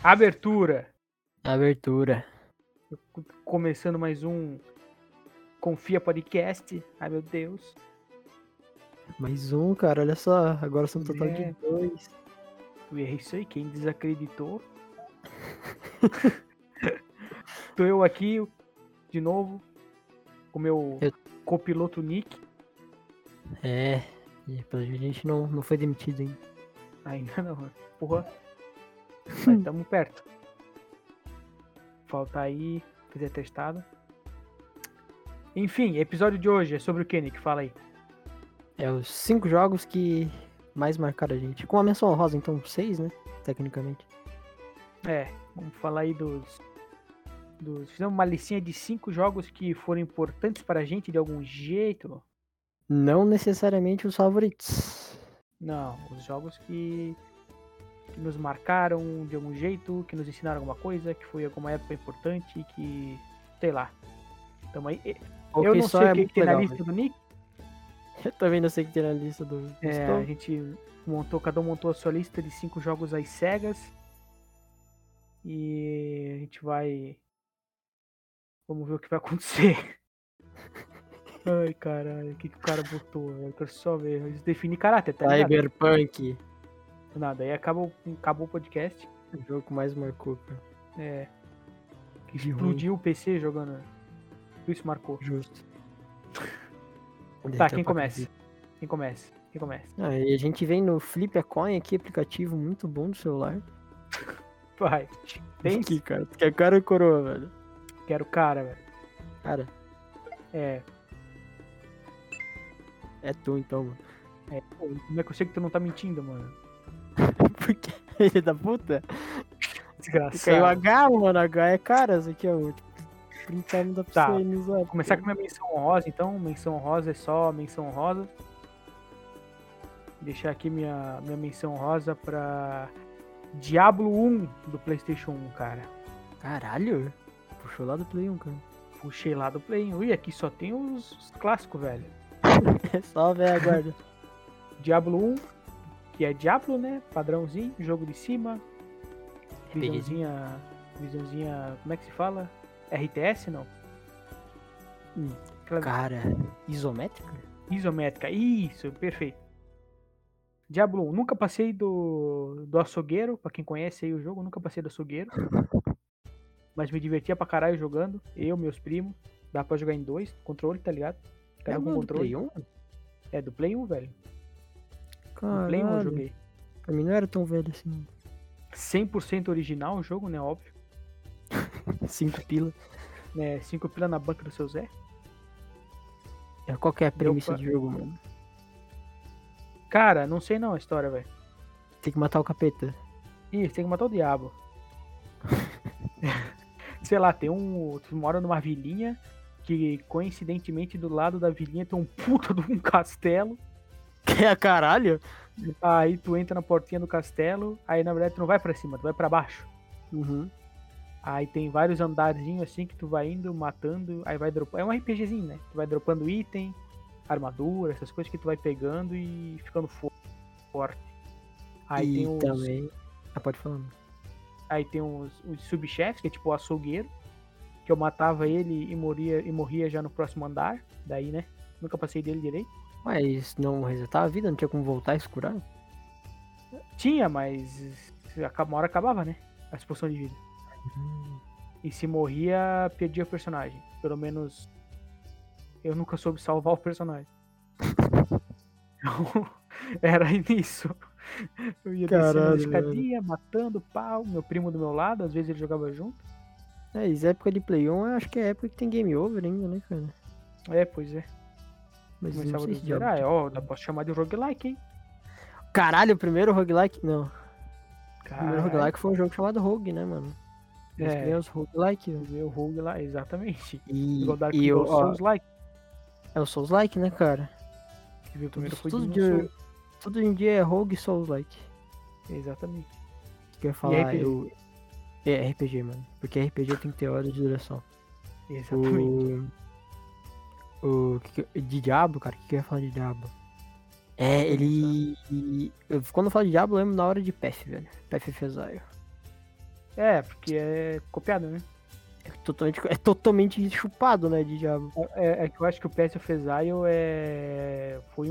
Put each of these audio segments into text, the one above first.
Abertura. Começando mais um Confia Podcast. Ai, meu Deus. Mais um, cara, olha só. Agora são um total de 2. É isso aí, quem desacreditou. Tô eu aqui, de novo, com o meu copiloto Nick. E pelo jeito a gente não foi demitido ainda. Ainda não, porra. Mas tamo perto. Falta aí fazer testado. Enfim, episódio de hoje é sobre o que, Nick? Fala aí. É os 5 jogos que mais marcaram a gente. Com a menção honrosa, então 6, né? Tecnicamente. Vamos falar aí dos... Fizemos uma listinha de 5 jogos que foram importantes para a gente de algum jeito. Não necessariamente os favoritos. Não, os jogos que nos marcaram de algum jeito, que nos ensinaram alguma coisa, que foi alguma época importante, que... sei lá. Tamo aí. Eu não sei o que tem na lista do Nick. Eu também não sei o que tem na lista do A gente montou, cada um montou a sua lista de 5 jogos às cegas. E a gente vai... Vamos ver o que vai acontecer. Ai, caralho, o que o cara botou? Eu quero só ver. Eles definem caráter, tá ligado? Cyberpunk. Nada, aí acabou o podcast. O jogo que mais marcou, cara. Que explodiu o PC jogando. Isso marcou. Justo. Tá, quem começa? E a gente vem no Flip a Coin aqui, aplicativo muito bom do celular. Vai. Tem aqui, cara. Tu quer cara ou coroa, velho? Quero cara, velho. Cara? É tu então, mano. Pô, como é que eu sei que tu não tá mentindo, mano? Porque ele é da puta? Desgraçado. Caiu H, mano. H é cara, isso aqui é o printar não dá pra você usar. Vou começar com minha menção honrosa, então. Menção honrosa é só menção honrosa. Deixar aqui minha menção honrosa pra Diablo 1 do PlayStation 1, cara. Caralho? Puxou lá do Play 1, cara. Puxei lá do Play 1. Ui, aqui só tem os clássicos, velho. É só, velho, aguarda. Diablo 1, que é Diablo, né? Padrãozinho, jogo de cima. Visãozinha. Como é que se fala? RTS, não? Cara, isométrica? Isométrica, isso, perfeito. Diablo 1, nunca passei do açougueiro, pra quem conhece aí o jogo, nunca passei do açougueiro. Mas me divertia pra caralho jogando, eu, meus primos. Dá pra jogar em 2, controle, tá ligado? Cada um com controle. Do Play 1? É, do Play 1, velho. Caralho. Do Play 1 eu joguei. Pra mim não era tão velho assim. 100% original o jogo, né, óbvio. 5 pila. 5 pila na banca do seu Zé. Qual que é a premissa do jogo, mano? Cara, não sei não a história, velho. Tem que matar o capeta. Isso, tem que matar o diabo. Sei lá, tu mora numa vilinha que, coincidentemente, do lado da vilinha tem um puta de um castelo. Que é caralho? Aí tu entra na portinha do castelo, aí na verdade tu não vai pra cima, tu vai pra baixo. Uhum. Aí tem vários andarzinhos assim que tu vai indo, matando, aí vai dropando. É um RPGzinho, né? Tu vai dropando item, armadura, essas coisas que tu vai pegando e ficando forte. Aí tem os... também... pode falar. Aí tem os subchefes, que é tipo o açougueiro, que eu matava ele e morria já no próximo andar. Daí, né? Nunca passei dele direito. Mas não resetava a vida? Não tinha como voltar e se curar? Tinha, mas uma hora acabava, né? A expulsão de vida. E se morria, perdia o personagem. Pelo menos eu nunca soube salvar o personagem. Então, era nisso. Eu ia descendo a escadinha, matando, pau. Meu primo do meu lado, às vezes ele jogava junto. Isso é época de Play 1, eu acho que é época que tem Game Over ainda, né, cara? Pois é. Mas começava não sei do zero. Posso chamar de roguelike, hein? Caralho, o primeiro roguelike? Não. Caralho. O primeiro roguelike foi um jogo chamado Rogue, né, mano? Os roguelike. O roguelike, exatamente. E o Souls-like. É o Souls-like, né, cara? O primeiro foi tudo em dia é Rogue e Souls-like. Exatamente. Quer falar? É RPG, mano. Porque RPG tem que ter hora de duração. Exatamente. De Diablo, cara, o que eu ia falar de Diablo? Quando eu falo de Diablo, eu lembro na hora de Path, velho. Path of Exile. É, porque é copiado, né? É totalmente chupado, né, de Diablo. É que eu acho que o Path of Exile foi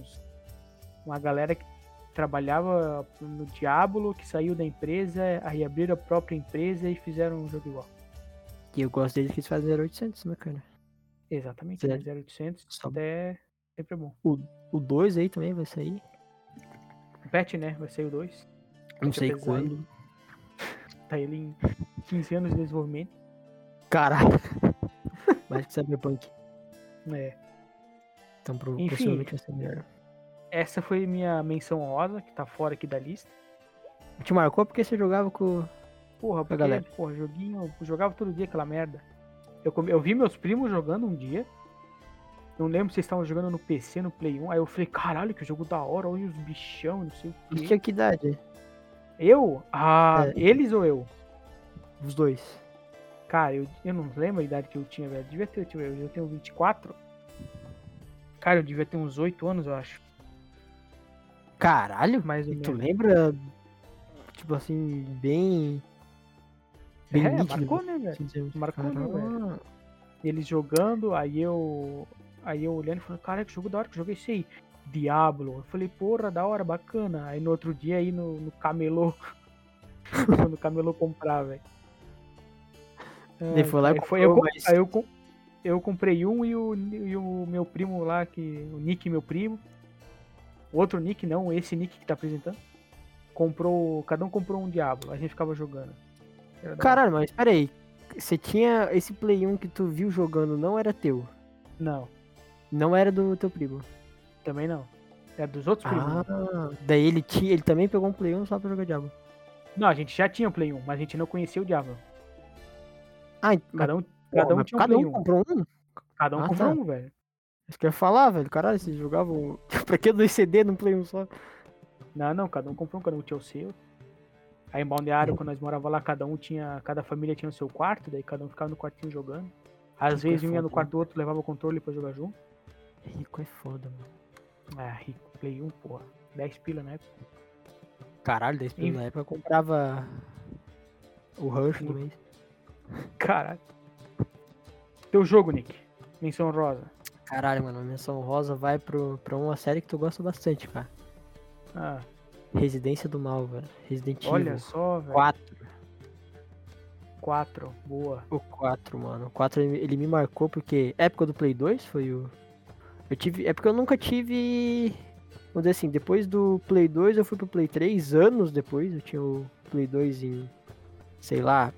uma galera que trabalhava no Diablo, que saiu da empresa, aí abriram a própria empresa e fizeram um jogo igual. E eu gosto deles que eles fazem 0800, né, cara? Exatamente, Zero. né? 0800 Só até sempre é bom. o 2 aí também vai sair. O patch, né? Vai sair o 2. Não Patch of sei Exile. quando. Tá ele em 15 anos de desenvolvimento. Caralho. Mais que Cyberpunk. É. Então Enfim. possivelmente vai ser melhor. Essa foi minha menção honrosa, que tá fora aqui da lista. Te marcou porque você jogava com Porra, a porque, galera. porra, joguinho, eu jogava todo dia aquela merda. Eu vi meus primos jogando um dia. Não lembro se vocês estavam jogando no PC, no Play 1. Aí eu falei, caralho, que jogo da hora, olha os bichão, não sei o E quê. tinha que idade? Eu? É. Eles ou eu? Os dois. Cara, eu não lembro a idade que eu tinha, velho. Devia ter, eu tenho 24. Cara, eu devia ter uns 8 anos, eu acho. Caralho? Mais ou E tu menos. lembra, tipo assim, bem nítido? Marcou, né, velho? Marcou, né, velho? Caramba. Eles jogando, aí eu olhando e falando, cara, que jogo da hora, que jogo é esse aí? Diablo. Eu falei, porra, da hora, bacana. Aí no outro dia aí no camelô, no camelô comprar, velho. Ele foi lá e comprou, mas... Aí eu comprei um e o meu primo lá, o Nick, meu primo, o outro Nick, não, esse Nick que tá apresentando, cada um comprou um Diablo, a gente ficava jogando. Caralho, mas peraí, você tinha esse Play 1 que tu viu jogando, não era teu? Não. Não era do teu primo? Também não. Era dos outros primos. Daí ele também pegou um Play 1 só pra jogar Diablo. Não, a gente já tinha o Play 1, mas a gente não conhecia o Diablo. Cada um tinha um Cada Play um 1. comprou um? Cada um comprou um, velho. Isso que eu ia falar, velho. Caralho, vocês jogavam... pra que 2 CD num Play 1 só? Não, cada um comprou um, cada um tinha o seu. Aí em Balneário, quando nós morava lá, cada família tinha o seu quarto, daí cada um ficava no quartinho jogando. Às vezes um ia no quarto do outro, levava o controle pra jogar junto. Rico é foda, mano. Rico, Play 1, porra. 10 pila na época. Caralho, 10 pila na época eu comprava o rancho do mês. Caralho. Teu jogo, Nick. Menção rosa. Caralho, mano, a menção rosa vai pra uma série que tu gosta bastante, cara. Residência do Mal, velho. Resident Evil. Olha só, velho. 4, boa. O 4, mano. O 4 ele me marcou porque época do Play 2 foi o... É porque eu nunca tive... Vamos dizer assim, depois do Play 2 eu fui pro Play 3, anos depois. Eu tinha o Play 2 em, sei lá,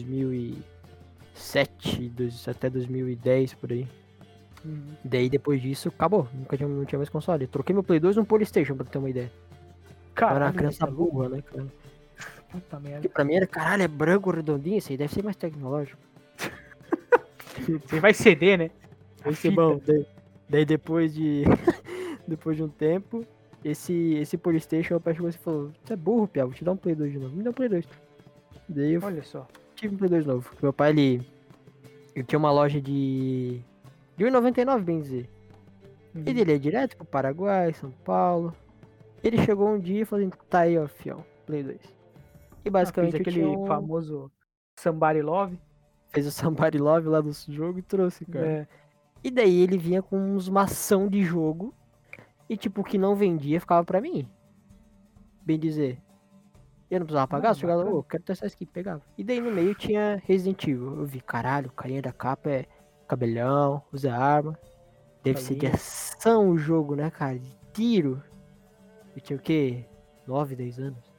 2007, até 2010, por aí. Daí depois disso, acabou. Não tinha mais console. Eu troquei meu Play 2 no Polystation, pra ter uma ideia. Caralho, eu era uma criança burra, né, cara? Puta merda. Porque pra mim era, caralho, é branco, redondinho, isso aí deve ser mais tecnológico. Você vai ceder, né? Vai ser bom. Daí depois de depois de um tempo, esse Polystation, o pai chegou e falou, você é burro, Pia, vou te dar um Play 2 de novo. Me dá um Play 2. Daí eu Olha só. tive um Play 2 novo. Meu pai, ele tinha uma loja de R$1,99, bem dizer. E ele ia direto pro Paraguai, São Paulo. Ele chegou um dia e falou assim, tá aí, ó, fião, Play 2. E basicamente aquele famoso Somebody Love. Fez o Somebody Love lá do jogo e trouxe, cara. É. E daí ele vinha com uns mação de jogo. E tipo, o que não vendia ficava pra mim. Bem dizer. Eu não precisava pagar, chegava lá, quero testar isso aqui, pegava. E daí no meio tinha Resident Evil. Eu vi, caralho, o carinha da capa é cabelhão, usa arma. Deve ser de ação o jogo, né, cara? De tiro. Eu tinha o quê? 9, 10 anos?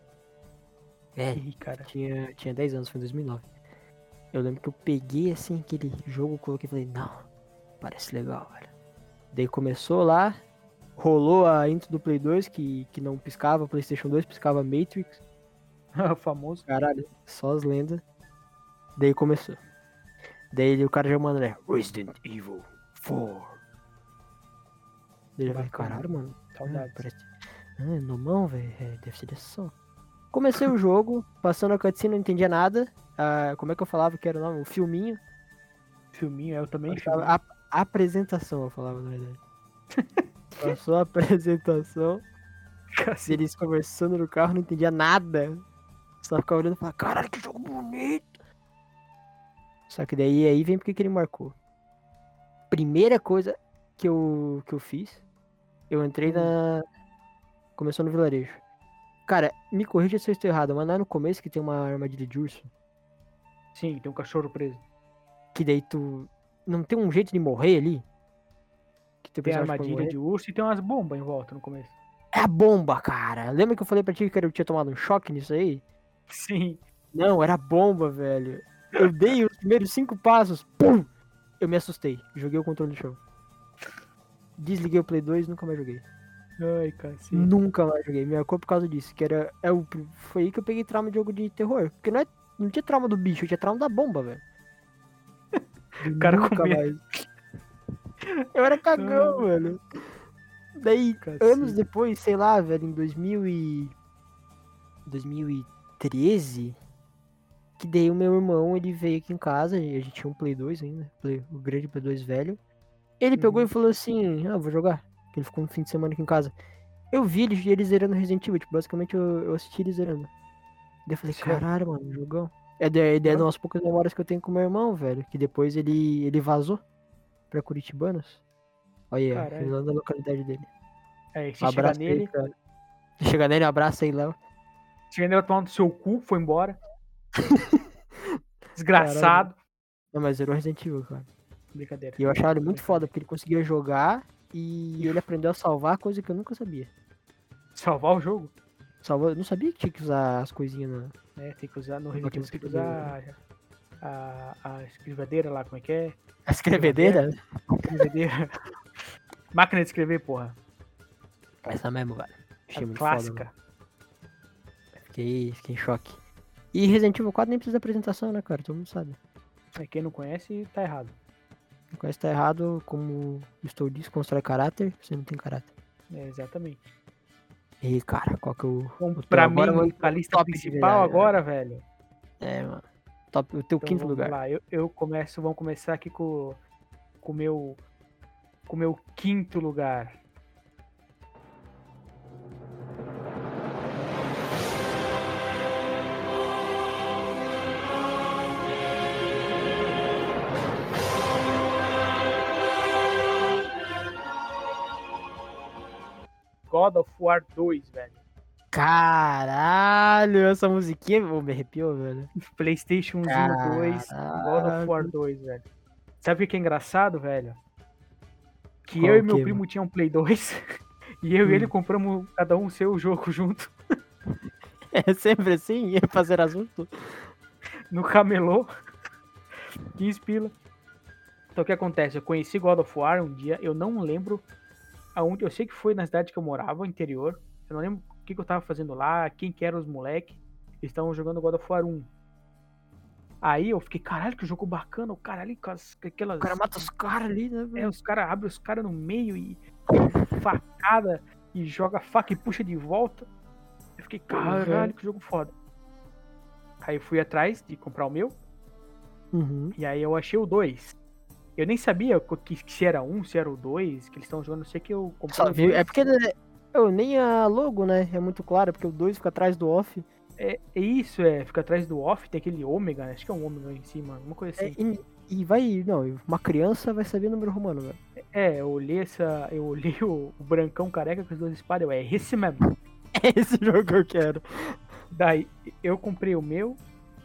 Cara. Tinha 10 anos, foi em 2009. Eu lembro que eu peguei assim aquele jogo, coloquei e falei, não, parece legal, velho. Daí começou lá, rolou a intro do Play 2, que não piscava, PlayStation 2 piscava Matrix. O famoso. Caralho, só as lendas. Daí começou. Daí o cara já manda, né, Resident Evil 4. Daí eu falei, caralho, mano. Saudades. Parece... nomão, velho, deve ser dessa só. Comecei o jogo, passando a cutscene, não entendia nada. Como é que eu falava que era o nome? O filminho. Filminho, eu também. A apresentação, eu falava, na verdade. Passou a apresentação. Eles conversando no carro, não entendia nada. Só ficava olhando e falava, caralho, que jogo bonito. Só que daí aí vem porque que ele marcou. Primeira coisa que eu fiz, eu entrei na... Começou no vilarejo. Cara, me corrija se eu estou errado, mas não é no começo que tem uma armadilha de urso? Sim, tem um cachorro preso. Que daí tu... Não tem um jeito de morrer ali? Que teu Tem personagem pode armadilha morrer? de urso e tem umas bombas em volta no começo. É a bomba, cara. Lembra que eu falei pra ti que eu tinha tomado um choque nisso aí? Sim. Não, era bomba, velho. Eu dei os primeiros 5 passos, pum! Eu me assustei. Joguei o controle no chão. Desliguei o Play 2 e nunca mais joguei. Ai, cacete. Nunca mais joguei. Me marcou por causa disso. Que era. Foi aí que eu peguei trauma de jogo de terror. Porque não tinha trauma do bicho, eu tinha trauma da bomba, velho. O cara Nunca com medo. mais. Eu era cagão, velho. Daí, Cacete. anos depois, sei lá, velho, em 2013, que daí o meu irmão, ele veio aqui em casa, e a gente tinha um Play 2 ainda, o grande Play 2 velho. Ele pegou e falou assim, vou jogar. Ele ficou um fim de semana aqui em casa. Eu vi ele zerando Resident Evil, tipo, basicamente eu assisti ele zerando. Daí eu falei, Certo. caralho, mano, jogão. É de umas poucas memórias que eu tenho com meu irmão, velho, que depois ele vazou pra Curitibanos. Olha, Caralho. revelando a localidade dele. É, se Um chegar abraço nele, aí, cara. Se chegar nele, um abraço aí, Léo. chega nele tomando seu cu, foi embora. Desgraçado. Caralho. Não, mas zerou Resident Evil, cara. Brincadeira. E eu achava ele muito foda, porque ele conseguia jogar e ele aprendeu a salvar, coisa que eu nunca sabia. Salvar o jogo? Salvou, eu não sabia que tinha que usar as coisinhas na... É, tem que usar no Uma Resident Evil, tem que usar a escrevadeira lá, como é que é? A escrevedeira? Escrevadeira. Máquina de escrever, porra. Essa mesmo, velho. Achei A muito clássica. foda, mano. Fiquei em choque. E Resident Evil 4 nem precisa de apresentação, né, cara? Todo mundo sabe. É, quem não conhece, tá errado. Quem conhece tá errado, como estou disse, constrói caráter, você não tem caráter. É, exatamente. E, cara, qual que é o... Bom, o teu pra agora, mim, mano, a lista top de principal verdade, agora, velho. É, mano. Top, o teu Então, quinto vamos lugar. lá. Vamos começar aqui com o meu quinto lugar. God of War 2, velho. Caralho, essa musiquinha me arrepiou, velho. PlayStationzinho 2, God of War 2, velho. Sabe o que é engraçado, velho? Que Qual eu e o meu quê, primo tinham um Play 2 e eu e ele compramos cada um o seu jogo junto É sempre assim? Ia fazer assunto? no camelô. 15 pila. Então o que acontece? Eu conheci God of War um dia, eu não lembro aonde, eu sei que foi na cidade que eu morava, interior. Eu não lembro o que eu tava fazendo lá, quem que eram os moleques. Eles estavam jogando God of War 1. Aí eu fiquei, caralho, que jogo bacana, o cara ali com aquelas... O cara mata os caras ali, né, velho? É, os caras abrem os caras no meio e facada e joga faca e puxa de volta. Eu fiquei, caralho, que jogo foda. Aí eu fui atrás de comprar o meu. E aí eu achei o 2. Eu nem sabia se era um, se era o 2, que eles estão jogando, não sei que eu comprei o 2. É porque nem a logo, né? É muito clara, porque o 2 fica atrás do off. É isso, fica atrás do off, tem aquele ômega, né? Acho que é um ômega em cima, alguma coisa assim. E vai, não, uma criança vai saber número romano, velho. Eu olhei o brancão careca com as duas espadas, é esse mesmo. É esse jogo que eu quero. Daí, eu comprei o meu.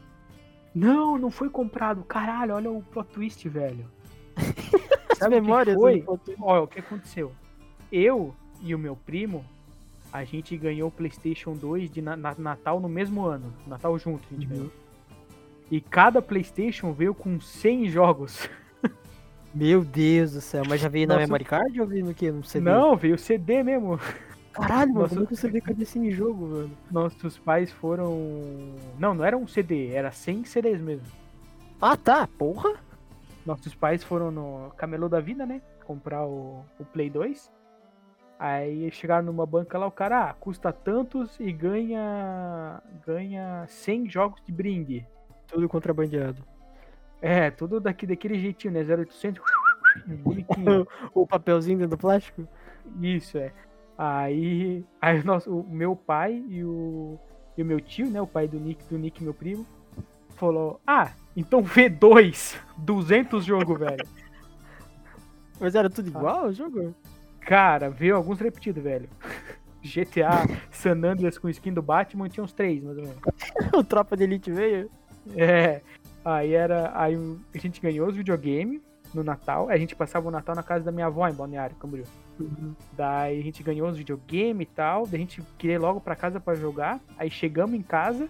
Não foi comprado. Caralho, olha o plot twist, velho. Sabe o que foi? Olha, o que aconteceu? Eu e o meu primo, a gente ganhou o PlayStation 2 de Natal no mesmo ano. Natal junto, a gente ganhou. E cada PlayStation veio com 100 jogos. Meu Deus do céu, mas já veio na memory card ou veio no quê? No CD? Não, veio CD mesmo. Caralho, mano, como é que o CD cadê esse jogo, mano? Nossos pais foram... Não era um CD, era 100 CDs mesmo. Ah, tá, porra. Nossos pais foram no camelô da vida, né? Comprar o Play 2. Aí chegaram numa banca lá, o cara, custa tantos e ganha 100 jogos de brinde. Tudo contrabandeado. É, tudo daquele jeitinho, né? 0800, bonitinho. O papelzinho dentro do plástico? Isso, é. Aí o meu pai e o E o meu tio, né, o pai do Nick, meu primo, falou, então V2, 200 jogo, velho. Mas era tudo igual o jogo? Cara, veio alguns repetidos, velho. GTA, San Andreas com skin do Batman, tinha uns 3, mais ou menos. O Tropa de Elite veio? Aí a gente ganhou os videogames no Natal. A gente passava o Natal na casa da minha avó em Balneário Camboriú. Uhum. Daí a gente ganhou os videogames e tal. Daí a gente queria ir logo pra casa pra jogar. Aí chegamos em casa.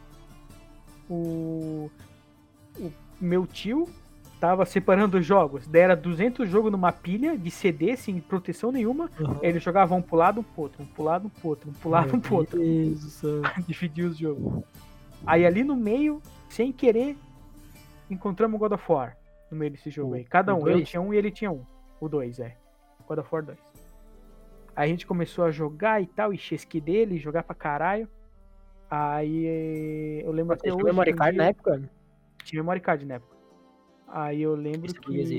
O meu tio tava separando os jogos. Daí era 200 jogos numa pilha de CD sem proteção nenhuma. Uhum. Ele jogava um pro lado, um pro outro, um pro lado, um pro outro, um pro lado, um pro outro. Isso. Dividir os jogos. Aí ali no meio, sem querer, encontramos o God of War no meio desse jogo aí. Cada um. Eu tinha um e ele tinha um. O 2, God of War 2. Aí a gente começou a jogar e tal, e chesque dele, jogar pra caralho. Aí eu lembro até hoje. Tinha memory card na época? Tinha memory card na época. Aí eu lembro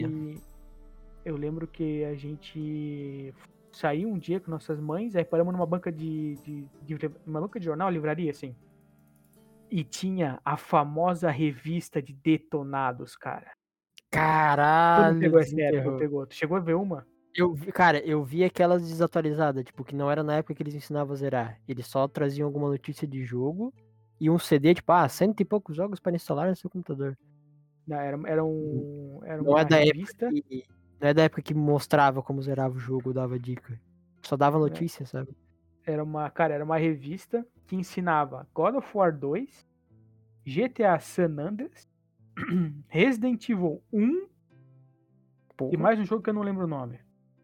que a gente saiu um dia com nossas mães, aí paramos numa banca uma banca de jornal, livraria, assim. E tinha a famosa revista de detonados, cara. Caralho. Tu não pegou essa época, pegou. Tu chegou a ver uma? Eu vi aquelas desatualizadas, tipo, que não era na época que eles ensinavam a zerar. Eles só traziam alguma notícia de jogo e um CD, tipo, 100 e poucos jogos para instalar no seu computador. Não, era Não uma é da revista. Não é da época que mostrava como zerava o jogo, dava dica. Só dava notícia, sabe? Era uma revista que ensinava God of War 2, GTA San Andreas, Resident Evil 1 e mais um jogo que eu não lembro o nome.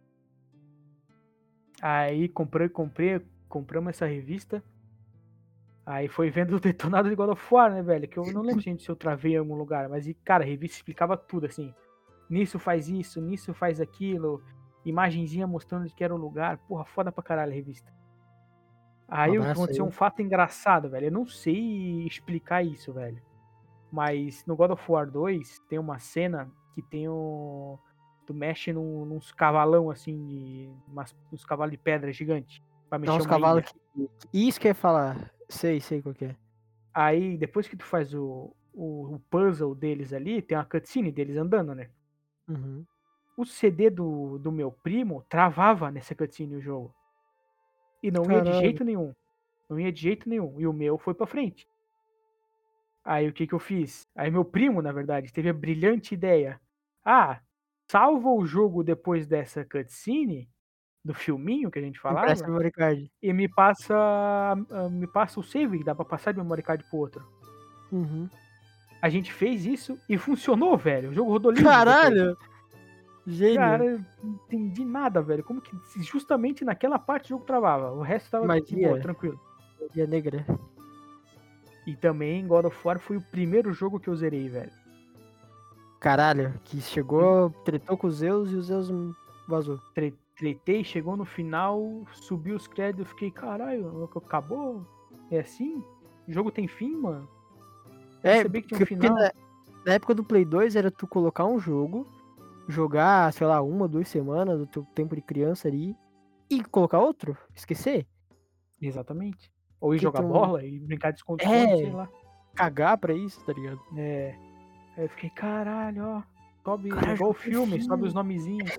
Aí compramos essa revista. Aí foi vendo o detonado de God of War, né, velho? Que eu não lembro se eu travei em algum lugar, mas, cara, a revista explicava tudo, assim. Nisso faz isso, nisso faz aquilo. Imagenzinha mostrando que era o lugar. Porra, foda pra caralho a revista. Aí aconteceu um fato engraçado, velho. Eu não sei explicar isso, velho. Mas no God of War 2 tem uma cena que tem o... Tu mexe nos cavalão, assim, uns cavalos de pedra gigante. Pra mexer uns cavalos que... Isso que eu ia falar. Sei qual que é. Aí, depois que tu faz o puzzle deles ali, tem uma cutscene deles andando, né? Uhum. O CD do meu primo travava nessa cutscene o jogo. E não ia de jeito nenhum. Não ia de jeito nenhum. E o meu foi pra frente. Aí o que eu fiz? Aí meu primo, na verdade, teve a brilhante ideia. Salva o jogo depois dessa cutscene, do filminho que a gente falava, e me passa o save, dá pra passar de memory card pro outro. Uhum. A gente fez isso e funcionou, velho. O jogo rodou lindo. Caralho! Gênio. Cara, eu não entendi nada, velho. Como que justamente naquela parte o jogo travava. O resto tava de boa, tranquilo. Magia negra. E também God of War foi o primeiro jogo que eu zerei, velho. Caralho, que chegou, tretou com os Zeus e os Zeus vazou. Tretei, chegou no final, subiu os créditos, fiquei, caralho, acabou? É assim? O jogo tem fim, mano? Eu sabia que tinha um final. Na época do Play 2 era tu colocar um jogo, jogar, sei lá, 1 ou 2 semanas do teu tempo de criança ali e colocar outro, esquecer. Exatamente. Ou ir jogar bola e brincar de esconde-esconde, sei lá. Cagar pra isso, tá ligado? Aí eu fiquei, caralho, ó. Sobe igual o filme, sobe os nomezinhos.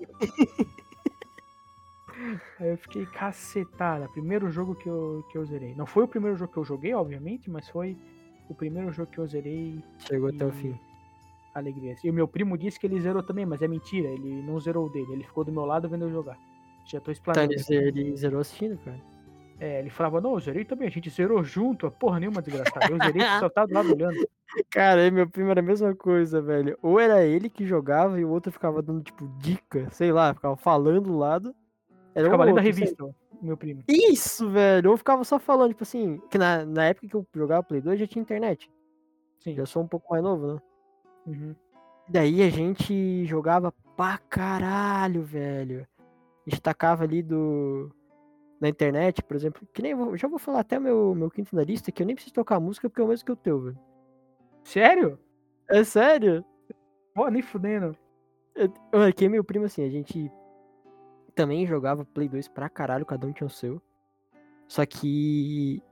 Aí eu fiquei cacetada. Primeiro jogo que eu zerei. Não foi o primeiro jogo que eu joguei, obviamente, mas foi o primeiro jogo que eu zerei. Chegou até o fim. Alegria. E o meu primo disse que ele zerou também, mas é mentira. Ele não zerou o dele. Ele ficou do meu lado vendo eu jogar. Já tô explanando. Então ele zerou assistindo, cara. Ele falava, não, eu zerei também. A gente zerou junto. A porra nenhuma, desgraçado. Eu zerei e só tava do lado olhando. Cara, meu primo era a mesma coisa, velho. Ou era ele que jogava e o outro ficava dando, tipo, dica, sei lá, ficava falando do lado. Ficava lendo a revista, meu primo. Isso, velho! Ou ficava só falando, tipo assim, que na época que eu jogava Play 2 já tinha internet. Sim. Já sou um pouco mais novo, né? Uhum. Daí a gente jogava pra caralho, velho. A gente tacava ali na internet, por exemplo, que nem já vou falar até meu quinto na lista, que eu nem preciso tocar música porque é o mesmo que o teu, velho. Sério? É sério? Pô, nem fudendo. Aqui é meu primo, assim, a gente também jogava Play 2 pra caralho, cada um tinha o seu. Só que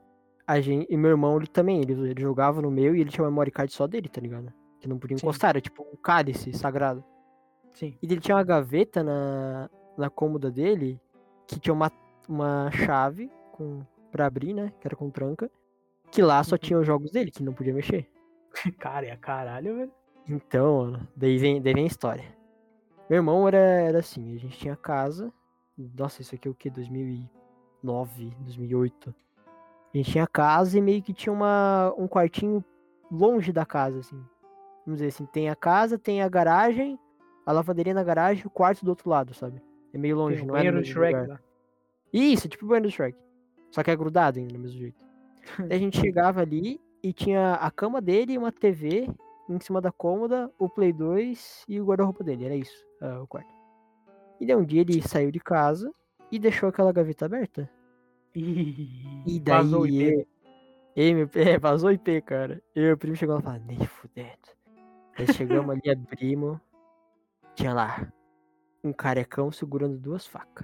E meu irmão, ele também, ele jogava no meu e ele tinha uma memory card só dele, tá ligado? Que não podia Sim. encostar, era tipo um cálice sagrado. Sim. E ele tinha uma gaveta na cômoda dele que tinha uma chave pra abrir, né? Que era com tranca. Que lá só tinha os jogos dele, que não podia mexer. Cara, é caralho, velho. Então, mano, daí vem a história. Meu irmão era assim, a gente tinha casa. Nossa, isso aqui é o que? 2009, 2008. A gente tinha casa e meio que tinha um quartinho longe da casa, assim. Vamos dizer assim, tem a casa, tem a garagem, a lavanderia na garagem e o quarto do outro lado, sabe? É meio Tem longe, o não é no banheiro do mesmo Shrek lugar. lá. Isso, tipo o banheiro do Shrek. Só que é grudado ainda, do mesmo jeito. Daí a gente chegava ali e tinha a cama dele, uma TV em cima da cômoda, o Play 2 e o guarda-roupa dele. Era isso, o quarto. E daí um dia ele saiu de casa e deixou aquela gaveta aberta. E Vazou o IP, daí né? vazou o IP, cara. Eu e meu primo chegou lá e falou, nem fudendo. Daí chegamos ali, abrimos, tinha lá um carecão segurando 2 facas.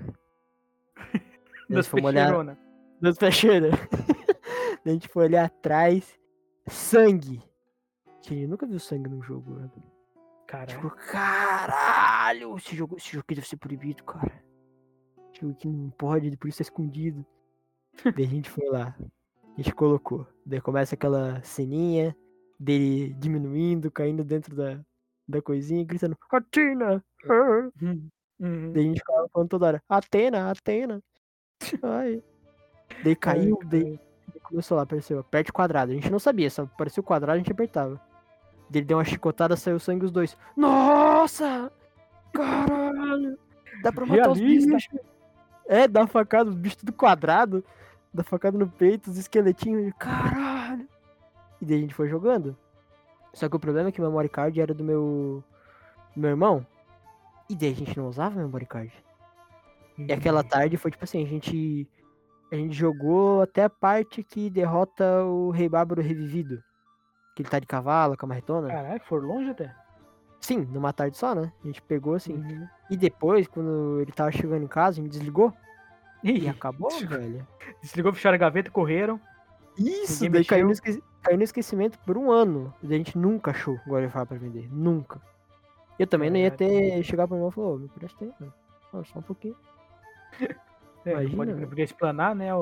Nós Das fomos olhar, peixeironas. 2 peixeiras. Daí a gente foi olhar atrás, sangue. Gente, eu nunca vi sangue num jogo, velho. Tipo, Caralho. caralho, esse jogo aqui deve ser proibido, cara. Esse jogo aqui não pode, por isso é escondido. Daí a gente foi lá, a gente colocou. Daí começa aquela ceninha dele diminuindo, caindo dentro da coisinha, gritando, Athena! Uhum. Daí a gente ficava falando toda hora, Athena, Athena. Ai. Daí Ai, caiu, daí começou lá, apareceu, aperte o quadrado. A gente não sabia, só apareceu o quadrado, a gente apertava. Daí ele deu uma chicotada, saiu sangue os dois. Nossa! Caralho! Dá pra matar os realista. bichos. É, dá facada, os bichos tudo quadrado. Dá facada no peito, os esqueletinhos. Caralho! E daí a gente foi jogando. Só que o problema é que o memory card era do meu irmão. E daí a gente não usava memory card. E aquela tarde foi tipo assim, a gente jogou até a parte que derrota o Rei Bárbaro revivido. Que ele tá de cavalo, com a marretona. Caralho, for longe até. Sim, numa tarde só, né? A gente pegou assim. Uhum. E depois, quando ele tava chegando em casa, a gente desligou. E Ih, acabou, velho. desligou, fecharam a gaveta e correram. Isso, Ninguém daí caiu mexeu. caiu no esquecimento por um ano. Daí a gente nunca achou o God of War pra vender. Nunca. Eu também não ia Caralho. chegar pro meu irmão e falar, ô, me presta aí, mano. Ó, só um pouquinho. Não Imagina, pode, não velho. podia explanar, né,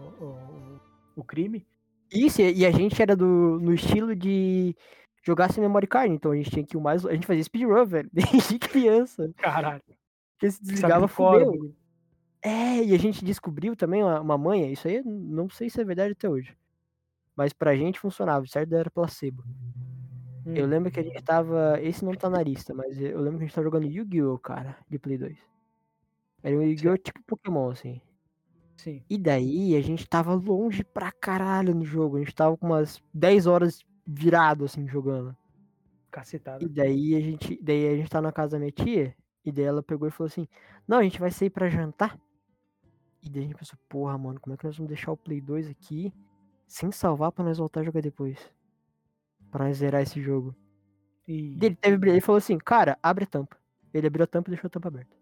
o crime. Isso, e a gente era no estilo de jogar sem memory card, então a gente tinha que ir o mais. A gente fazia speedrun, velho, desde criança. Caralho. Porque se Sabe desligava, decora o fudeu. bagulho. É, e a gente descobriu também uma manha, isso aí eu não sei se é verdade até hoje. Mas pra gente funcionava, certo? Era placebo. Eu lembro que a gente tava. Esse não tá na lista, mas eu lembro que a gente tava jogando Yu-Gi-Oh!, cara, de Play 2. Era um Yu-Gi-Oh! Certo. Tipo Pokémon, assim. Sim. E daí a gente tava longe pra caralho no jogo. A gente tava com umas 10 horas virado, assim, jogando. E Cacetada. daí a gente tá na casa da minha tia. E daí ela pegou e falou assim: Não, a gente vai sair pra jantar. E daí a gente pensou: Porra, mano, como é que nós vamos deixar o Play 2 aqui sem salvar pra nós voltar a jogar depois? Pra nós zerar esse jogo. E Ele falou assim: Cara, abre a tampa. Ele abriu a tampa e deixou a tampa aberta.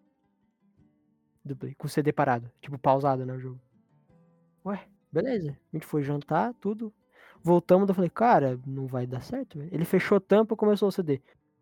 Do Play, com o CD parado. Tipo, pausado, né, o jogo. ué, Beleza. A gente foi jantar, tudo. Voltamos, eu falei, cara, não vai dar certo, velho. Ele fechou a tampa, começou o CD.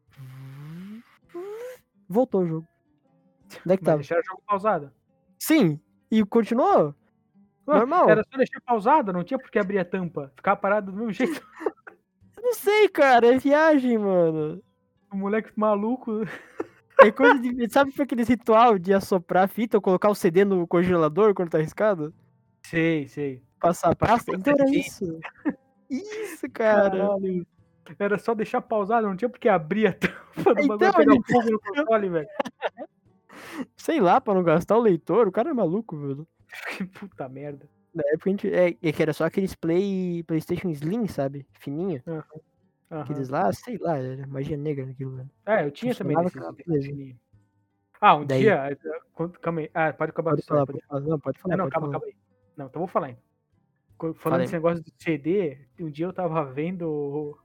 Voltou o jogo. Onde é que mas tava? deixaram o jogo pausado. Sim, e continuou. Ué, Normal. era só deixar pausado, não tinha por que abrir a tampa. Ficava parado do mesmo jeito. Eu não sei, cara, é viagem, mano. O moleque maluco. É coisa de. Sabe aquele ritual de assoprar a fita ou colocar o CD no congelador quando tá arriscado? Sei, sei. Passar a Pra pasta? ficar Então era dentro. isso. Isso, cara. Caralho. Era só deixar pausado, não tinha por que abrir a tampa do bagulho Então, e pegar fogo no console, velho. sei lá, pra não gastar o leitor, o cara é maluco, velho. Que puta merda. Na época a gente. É que era só aqueles PlayStation Slim, sabe? Fininho. Aham. Aqueles lá, sei lá, era magia negra naquilo, velho. É, eu tinha também Funcionava que desses, era uma desses beleza. fininhos. Ah, um Daí, dia. Calma aí. Ah, pode acabar a pode história. falar, Pode... pode falar. Não, pode Não, falar, não, pode calma, falar. calma aí. Não, então vou falar ainda. Falando Falei, desse negócio de CD, um dia eu tava vendo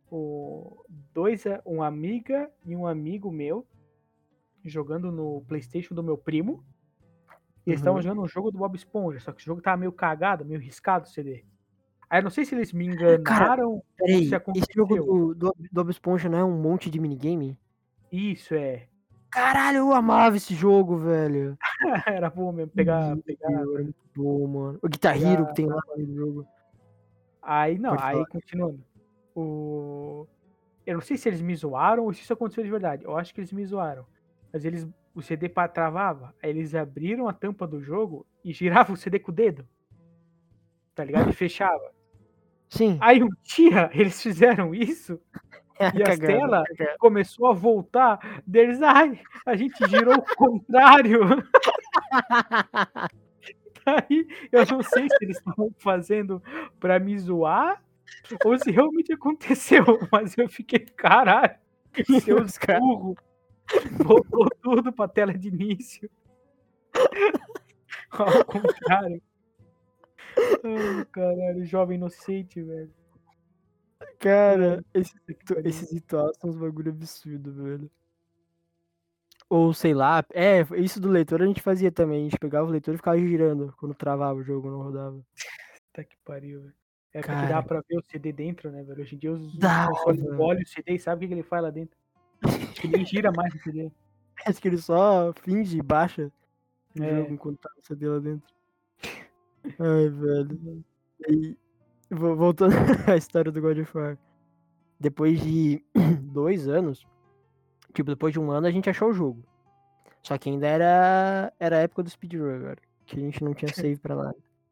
uma amiga e um amigo meu jogando no PlayStation do meu primo. E eles estavam Uhum. jogando um jogo do Bob Esponja, só que o jogo tava meio cagado, meio riscado o CD. Aí eu não sei se eles me Cara, enganaram ou se peraí, esse jogo aconteceu. do Bob Esponja não é um monte de minigame? Isso, é. Caralho, eu amava esse jogo, velho. Era bom mesmo, Meu Deus, era muito bom, mano. O Guitar Hero que pegar... tem lá no jogo. Aí, não, Pode aí falar. continuando. Eu não sei se eles me zoaram ou se isso aconteceu de verdade. Eu acho que eles me zoaram. Mas o CD travava, aí eles abriram a tampa do jogo e giravam o CD com o dedo, tá ligado? E fechava. Sim. Aí um dia eles fizeram isso e as Cagada, telas cagada. começou a voltar deles. Ai, a gente girou o contrário. Aí eu não sei se eles estavam fazendo pra me zoar ou se realmente aconteceu, mas eu fiquei, caralho, seus Os caras. burros, voltou tudo pra tela de início. Ao contrário. Ai, caralho, jovem inocente, velho. Cara, Ai, puta que pariu. esses rituais são uns bagulho absurdo, velho. Ou sei lá, isso do leitor a gente fazia também. A gente pegava o leitor e ficava girando quando travava o jogo, não rodava. Puta que pariu, velho. É porque dava Cara, pra ver o CD dentro, né, velho? Hoje em dia os consoles dava. olham o CD e sabem o que ele faz lá dentro. Acho que nem gira mais o CD. Acho que ele só finge e baixa o jogo É. enquanto tá o CD lá dentro. Ai, velho. E voltando à história do God of War. Depois de 2 anos, tipo, depois de 1 ano a gente achou o jogo. Só que ainda era a época do speedrun agora, que a gente não tinha save pra nada.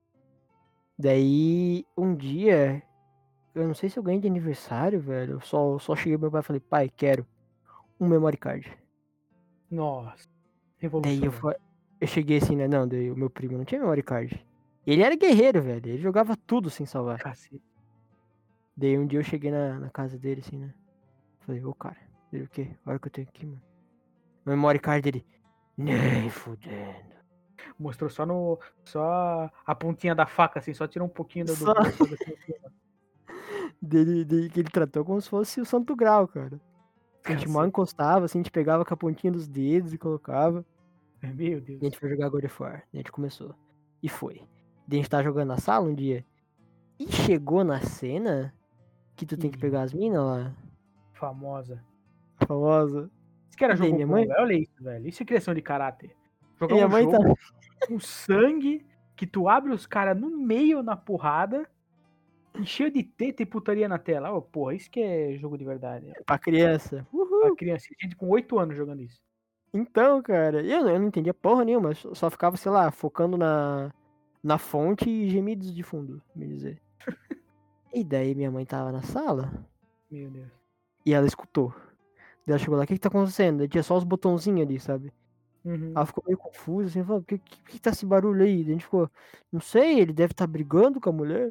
Daí, um dia, eu não sei se eu ganhei de aniversário, velho. Eu só cheguei pro meu pai e falei, pai, quero um memory card. Nossa, Daí eu, revolucionário. eu cheguei assim, né? Não, daí o meu primo não tinha memory card. Ele era guerreiro, velho. Ele jogava tudo sem salvar. Cacete. Daí um dia eu cheguei na casa dele, assim, né? Falei, ô cara, ele o quê? Olha o que eu tenho aqui, mano. Memory card dele. Nem fudendo. Mostrou só a pontinha da faca, assim, só tirou um pouquinho do Só botão assim. dele que ele tratou como se fosse o Santo Grau, cara. A gente mal Cacete. encostava, assim, a gente pegava com a pontinha dos dedos e colocava. Meu E a Deus. gente foi jogar God of War. E a gente começou. E foi. Daí a gente tava jogando na sala um dia. E chegou na cena que tu tem que pegar as minas lá. Famosa. Famosa. Isso que era E daí jogo minha bom, mãe. velho. Olha isso, velho. Isso é criação de caráter. E Jogar minha um mãe tá. jogo com sangue, que tu abre os caras no meio na porrada, e cheio de teta e putaria na tela. Ô, porra, isso que é jogo de verdade. Pra criança. A Uhul. criança, gente com 8 anos jogando isso. Então, cara. Eu não entendia porra nenhuma. Só ficava, sei lá, focando na fonte e gemidos de fundo, me dizer. E daí minha mãe tava na sala Meu Deus. e ela escutou. Daí ela chegou lá, o que que tá acontecendo? Daí tinha só os botãozinhos ali, sabe? Uhum. Ela ficou meio confusa, assim, falou, que tá esse barulho aí? Daí a gente ficou, não sei, ele deve estar brigando com a mulher.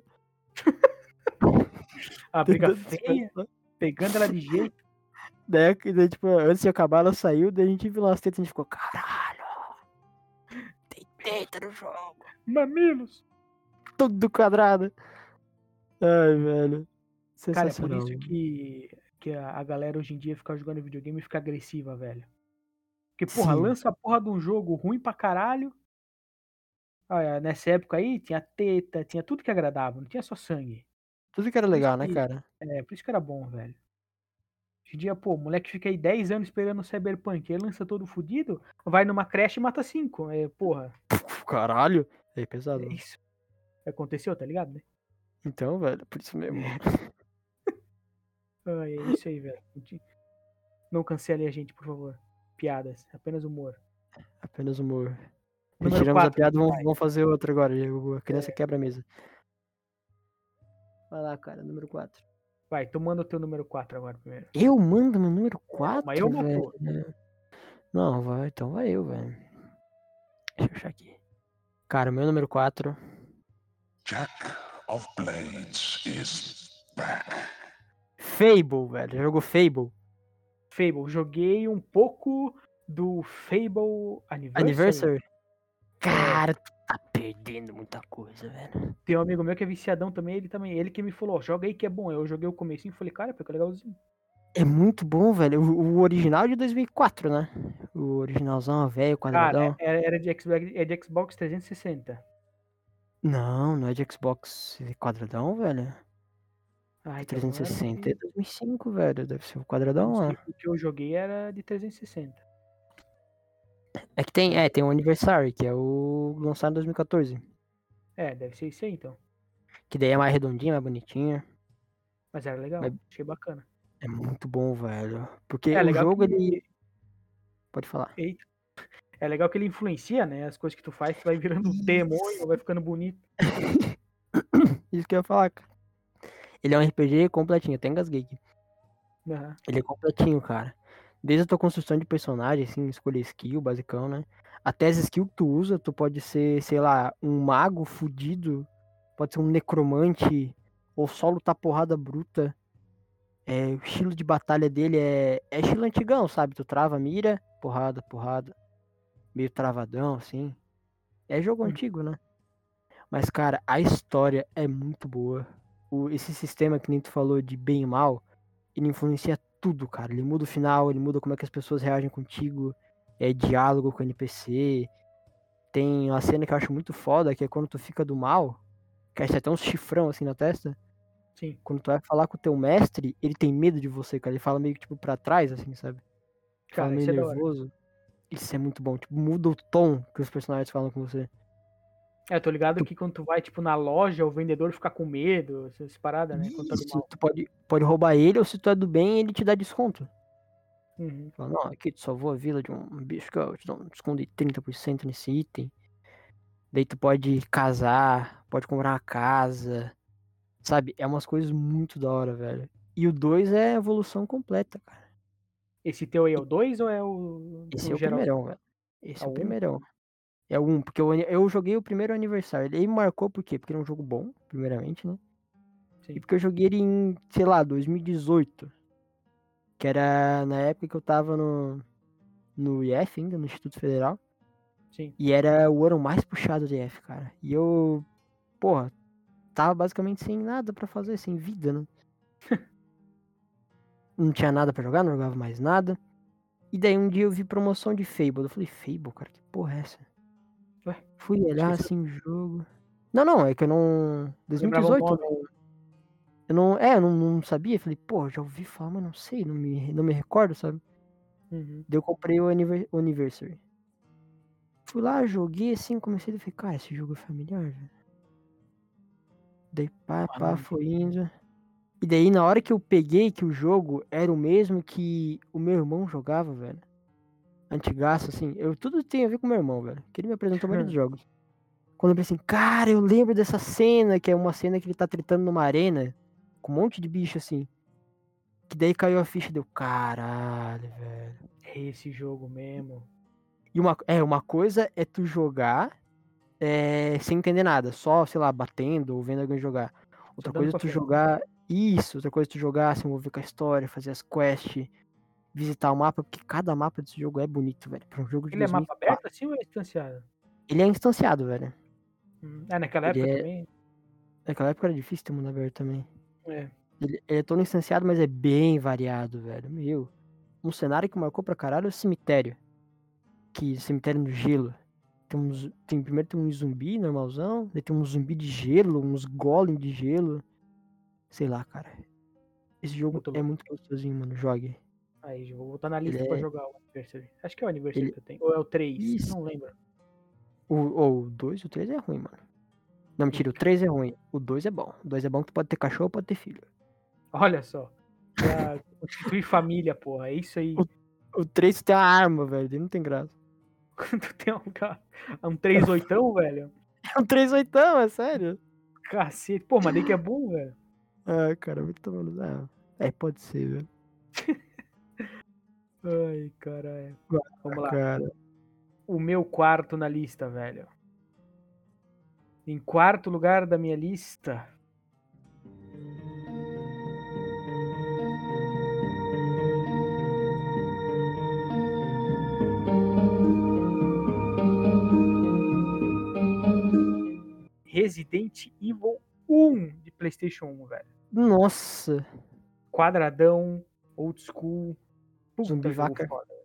A briga Tentando feia, disfarçar. pegando ela de jeito. Daí, tipo, antes de acabar, ela saiu, daí a gente viu lá as tetas e a gente ficou, caralho, tem teta no jogo. Mamilos. Tudo quadrado. Ai, velho. Cara, é por Sensacional. isso que a galera hoje em dia fica jogando videogame e fica agressiva, velho. Porque, porra, Sim, lança a porra de um jogo ruim pra caralho. Olha, nessa época aí tinha teta, tinha tudo que agradava, não tinha só sangue. tudo que era Por isso legal, né, que, cara? por isso que era bom, velho. Hoje em dia, pô, o moleque fica aí 10 anos esperando o Cyberpunk, aí lança todo fudido, vai numa creche e mata 5. Porra, Caralho. É é pesado, mano. isso. Aconteceu, tá ligado, né? Então, velho, por isso mesmo. É isso aí, velho. Não cancele a gente, por favor. Piadas, apenas humor. Apenas humor. Número Retiramos a 4, piada, vai. vamos fazer outra agora. A criança quebra a mesa. Vai lá, cara, número 4. Vai, tu manda o teu número 4 agora primeiro. Eu mando meu número Mas eu 4, velho? matou. Não, vai, então vai eu, velho. Deixa eu achar aqui. Cara, meu número 4. Jack of Blades is back. Fable, velho. Já jogou Fable? Fable, joguei um pouco do Fable Anniversary? Cara, tu tá perdendo muita coisa, velho. Tem um amigo meu que é viciadão também, ele que me falou, ó, joga aí que é bom. Eu joguei o comecinho e falei, cara, fica legalzinho. É muito bom, velho. O original é de 2004, né? O originalzão, velho, Cara, quadradão. era de Xbox, é de Xbox 360. Não é de Xbox quadradão, velho. Ah, De então não era 360 é de... 2005, velho. Deve ser o Não quadradão sei, lá. o que eu joguei era de 360. É que tem o Anniversary, que é o lançado em 2014. Deve ser isso aí então. Que daí é mais redondinho, mais bonitinho. Mas era Mas legal, achei bacana. é muito bom, velho. Porque É o legal jogo, que... ele... Pode falar. Eita. É legal que ele influencia, né? As coisas que tu faz, tu vai virando um demônio, vai ficando bonito. Isso que eu ia falar, cara. Ele é um RPG completinho, até engasguei aqui. Aham. Ele é completinho, cara. Desde a tua construção de personagem, assim, escolher skill, basicão, né? Até as skills que tu usa, tu pode ser, sei lá, um mago fudido, pode ser um necromante, ou só lutar porrada bruta. O estilo de batalha dele é estilo antigão, sabe? Tu trava, mira, porrada, porrada. Meio travadão, assim. É jogo Uhum. antigo, né? Mas, cara, a história é muito boa. Esse sistema que nem tu falou de bem e mal, ele influencia tudo, cara. Ele muda o final, ele muda como é que as pessoas reagem contigo. É diálogo com o NPC. Tem uma cena que eu acho muito foda, que é quando tu fica do mal, que aí você tem uns chifrão assim na testa. Sim. Quando tu vai falar com o teu mestre, ele tem medo de você, cara. Ele fala meio que tipo pra trás, assim, sabe? Fala Cara, meio isso é da hora. nervoso. Isso é muito bom. Tipo, muda o tom que os personagens falam com você. Tô ligado Tu, que quando tu vai, tipo, na loja, o vendedor fica com medo, essas paradas, né? Quando tá do isso, mal. tu pode roubar ele, ou se tu é do bem, ele te dá desconto. Uhum. Fala, não, aqui tu salvou a vida de um bicho que eu te dou um desconto de 30% nesse item. Daí tu pode casar, pode comprar uma casa, sabe? É umas coisas muito da hora, velho. E o 2 é a evolução completa, cara. Esse teu aí é E o 2 ou é o, esse o é o geral? primeirão, velho. É Esse é o o 1? primeirão. É o 1, porque eu joguei o primeiro aniversário. Ele me marcou por quê? Porque ele é um jogo bom, primeiramente, né? E Sim, porque eu joguei ele em, sei lá, 2018. Que era na época que eu tava no IF ainda, no Instituto Federal. sim. E era o ano mais puxado do IF, cara. E eu, porra, tava basicamente sem nada pra fazer, sem vida, né? Não tinha nada pra jogar, não jogava mais nada. E daí um dia eu vi promoção de Fable. Eu falei, Fable, cara, que porra é essa? Ué, Fui olhar esqueceu. assim o jogo. Não, é que eu não. Lembrava o 2018, nome. eu não sabia. Falei, pô, já ouvi falar, mas não sei, não me recordo, sabe? Uhum. Daí eu comprei o Anniversary. Fui lá, joguei assim, comecei a ficar, cara, esse jogo é familiar, velho. Daí pá, Mano, foi indo. E daí na hora que eu peguei que o jogo era o mesmo que o meu irmão jogava, velho. Antigaço, assim. Tudo tem a ver com o meu irmão, velho. Que ele me apresentou a maioria dos jogos. Quando eu pensei, cara, eu lembro dessa cena, que é uma cena que ele tá tretando numa arena, com um monte de bicho assim. Que daí caiu a ficha e deu, caralho, velho. é esse jogo mesmo. E uma coisa é tu jogar sem entender nada, só, sei lá, batendo ou vendo alguém jogar. Só Outra dando coisa é pra tu frente. jogar isso, outra coisa é tu jogar, se envolver com a história, fazer as quests, visitar o mapa, porque cada mapa desse jogo é bonito, velho. Pra um jogo de Ele é mapa aberto 2004. assim ou é distanciado? Ele é instanciado, velho. Naquela Ele época é. também? Naquela época era difícil ter mundo aberto também. É. Ele é todo instanciado, mas é bem variado, velho. Meu. Um cenário que marcou pra caralho é o cemitério. Cemitério no gelo. Primeiro tem um zumbi normalzão, daí tem um zumbi de gelo, uns golem de gelo. Sei lá, cara. Esse jogo Muito é louco. muito gostosinho, mano. Jogue. Aí, vou botar na Ele lista pra é. jogar o Anniversary. Acho que é o Anniversary Ele... que eu tenho. Ou é o 3? Isso. Não lembro. O 2 e o 3 é ruim, mano. Não, mentira, o 3 é ruim. O 2 é bom. O 2 é bom que tu pode ter cachorro ou pode ter filho. Olha só. Pra constituir família, porra. É isso aí. O 3 tem uma arma, velho. Ele não tem graça. Quando tu tem um 3 oitão, velho. É um 3 oitão, é sério. Cacete. Pô, mas daí que é bom, velho. Ah, cara, muito tomando. Pode ser, velho. Ai, caralho. Vamos lá. Cara. O meu quarto na lista, velho. Em quarto lugar da minha lista. Resident Evil 1 de PlayStation 1, velho. Nossa. Quadradão, old school. Zumbi Puta jogo vaca. foda.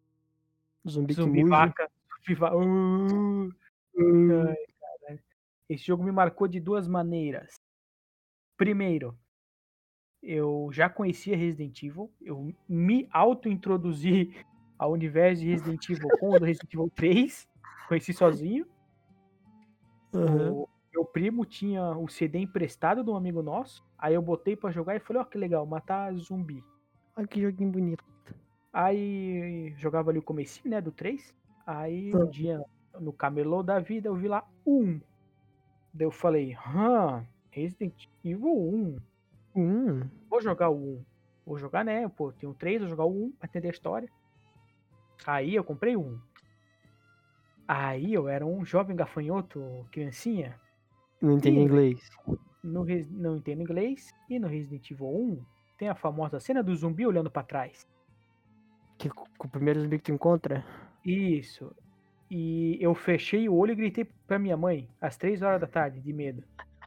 Zumbi que Zumbi muge. vaca. Zumbi vaca. Ai, caralho. Esse jogo me marcou de duas maneiras. Primeiro, eu já conhecia Resident Evil, eu me auto-introduzi ao universo de Resident Evil com o do Resident Evil 3, conheci sozinho. O meu primo tinha o CD emprestado de um amigo nosso, aí eu botei pra jogar e falei, ó, que legal, matar zumbi. Olha que joguinho bonito. Aí jogava ali o comecinho, né, do 3. Aí um dia, no camelô da vida, eu vi lá 1. Daí eu falei, Resident Evil 1. Vou jogar o 1. Vou jogar, né, pô, tem o 3, vou jogar o 1 pra entender a história. Aí eu comprei o 1. Aí eu era um jovem gafanhoto, criancinha. Não entendo inglês. Não entendo inglês. E no Resident Evil 1 tem a famosa cena do zumbi olhando pra trás. Que com o primeiro zumbi que tu encontra? Isso. E eu fechei o olho e gritei pra minha mãe, às 3 horas da tarde, de medo.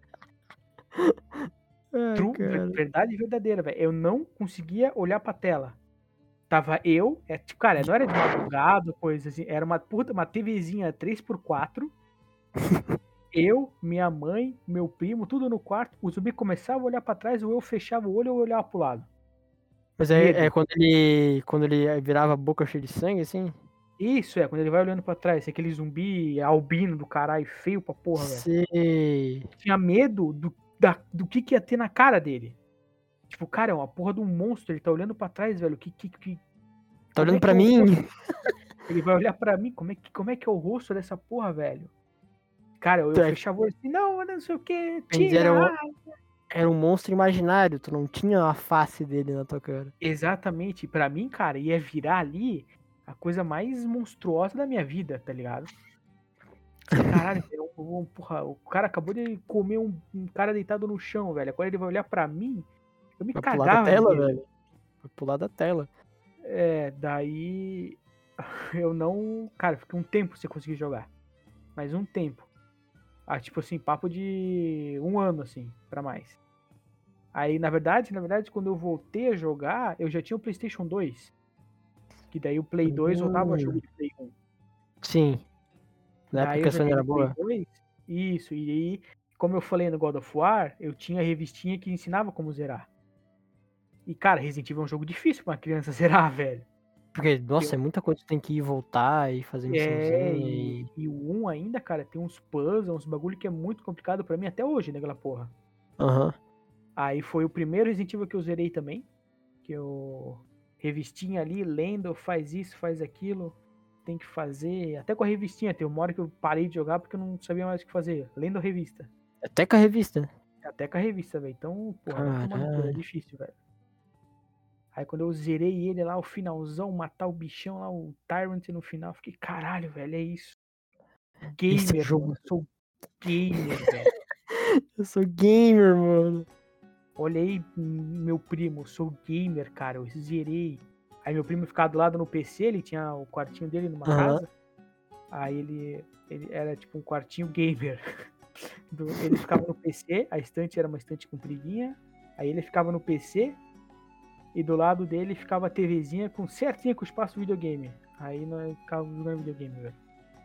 Verdade verdadeira, velho. Eu não conseguia olhar pra tela. Tava eu, tipo, cara, não era de madrugada, coisa assim, era uma TVzinha 3x4. Eu, minha mãe, meu primo, tudo no quarto. O zumbi começava a olhar pra trás, ou eu fechava o olho ou eu olhava pro lado. Mas é quando ele virava a boca cheia de sangue, assim? Isso, quando ele vai olhando pra trás, aquele zumbi albino do caralho, feio pra porra, velho. Sei. Tinha medo do que ia ter na cara dele. Tipo, cara, é uma porra de um monstro, ele tá olhando pra trás, velho. Tá olhando pra mim? Ele vai olhar pra mim, como é que é o rosto dessa porra, velho? Cara, eu fechava o olho assim, não sei o que, tira! Era um monstro imaginário, tu não tinha a face dele na tua cara. Exatamente, pra mim, cara, ia virar ali a coisa mais monstruosa da minha vida, tá ligado? Caralho, porra, o cara acabou de comer um cara deitado no chão, velho. Agora ele vai olhar pra mim, eu me Vai cagava. pular da tela, velho. Vai pular da tela. Daí eu não... Cara, fiquei um tempo sem conseguir jogar. Mas um tempo. Tipo assim, papo de 1 ano, assim, pra mais. Aí, na verdade, quando eu voltei a jogar, eu já tinha o PlayStation 2. Que daí o Play 2 rodava jogo de Play 1. Sim. Na época que a Sony era boa. Play 2, isso, e aí, como eu falei no God of War, eu tinha a revistinha que ensinava como zerar. E, cara, Resident Evil é um jogo difícil pra uma criança zerar, velho. Porque, nossa, é muita coisa que tem que ir voltar e fazer missãozinha e o 1 ainda, cara, tem uns puzzles, uns bagulho que é muito complicado pra mim até hoje, né, aquela porra. Aí foi o primeiro Resident Evil que eu zerei também, que eu revistinha ali, lendo, faz isso, faz aquilo, tem que fazer, até com a revistinha, tem uma hora que eu parei de jogar porque eu não sabia mais o que fazer, lendo a revista. Até com a revista? Até com a revista, velho, então, porra, é difícil, velho. Aí quando eu zerei ele lá, o finalzão, matar o bichão lá, o Tyrant no final, fiquei, caralho, velho, é isso. Gamer, jogo. mano, eu sou gamer, velho. Eu sou gamer, mano. Olha aí, meu primo, sou gamer, cara, eu zerei. Aí meu primo ficava do lado no PC, ele tinha o quartinho dele numa casa. Aí ele era tipo um quartinho gamer. Ele ficava no PC, a estante era uma estante compridinha. Aí ele ficava no PC e do lado dele ficava a TVzinha certinho com o espaço videogame. Aí nós ficávamos jogando videogame, velho.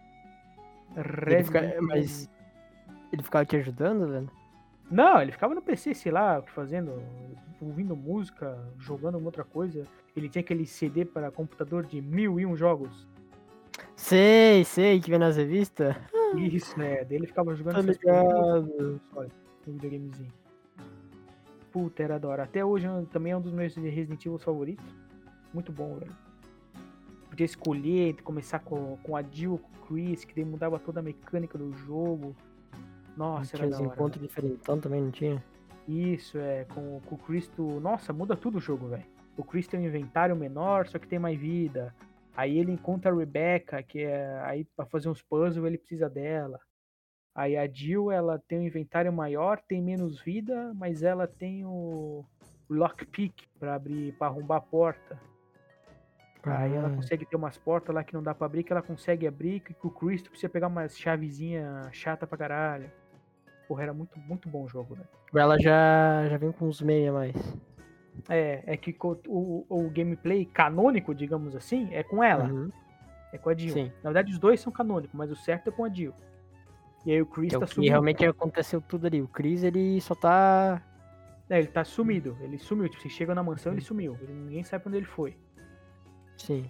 Mas ele ficava te ajudando, velho? Não, ele ficava no PC, sei lá, fazendo, ouvindo música, jogando outra coisa. Ele tinha aquele CD para computador de 1001 jogos. Sei, que vem nas revistas. Isso, né? Daí ele ficava jogando Tá ligado. No videogamezinho. Puta, era da hora. Até hoje também é um dos meus Resident Evil favoritos. Muito bom, velho. Podia escolher, começar com a Jill, com o Chris, que daí mudava toda a mecânica do jogo. Nossa, era da hora. Tinha encontro diferentão também, não tinha? Isso, com o Chris, nossa, muda tudo o jogo, velho. O Chris tem um inventário menor, só que tem mais vida. Aí ele encontra a Rebecca, que aí pra fazer uns puzzles ele precisa dela. Aí a Jill, ela tem um inventário maior, tem menos vida, mas ela tem o lockpick pra arrombar a porta. Aí ela consegue ter umas portas lá que não dá pra abrir, que ela consegue abrir, que o Chris precisa pegar umas chavezinha chata pra caralho. Porra, era muito, muito bom o jogo, velho. Ela já vem com uns meia a mais. É que o gameplay canônico, digamos assim, é com ela. É com a Jill. Sim. Na verdade, os dois são canônicos, mas o certo é com a Jill. E aí o Chris Que é o tá que sumido. realmente aconteceu tudo ali. O Chris, ele só tá... Ele tá sumido. Ele sumiu. Tipo, você chega na mansão, ele sumiu. Ninguém sabe pra onde ele foi. Sim.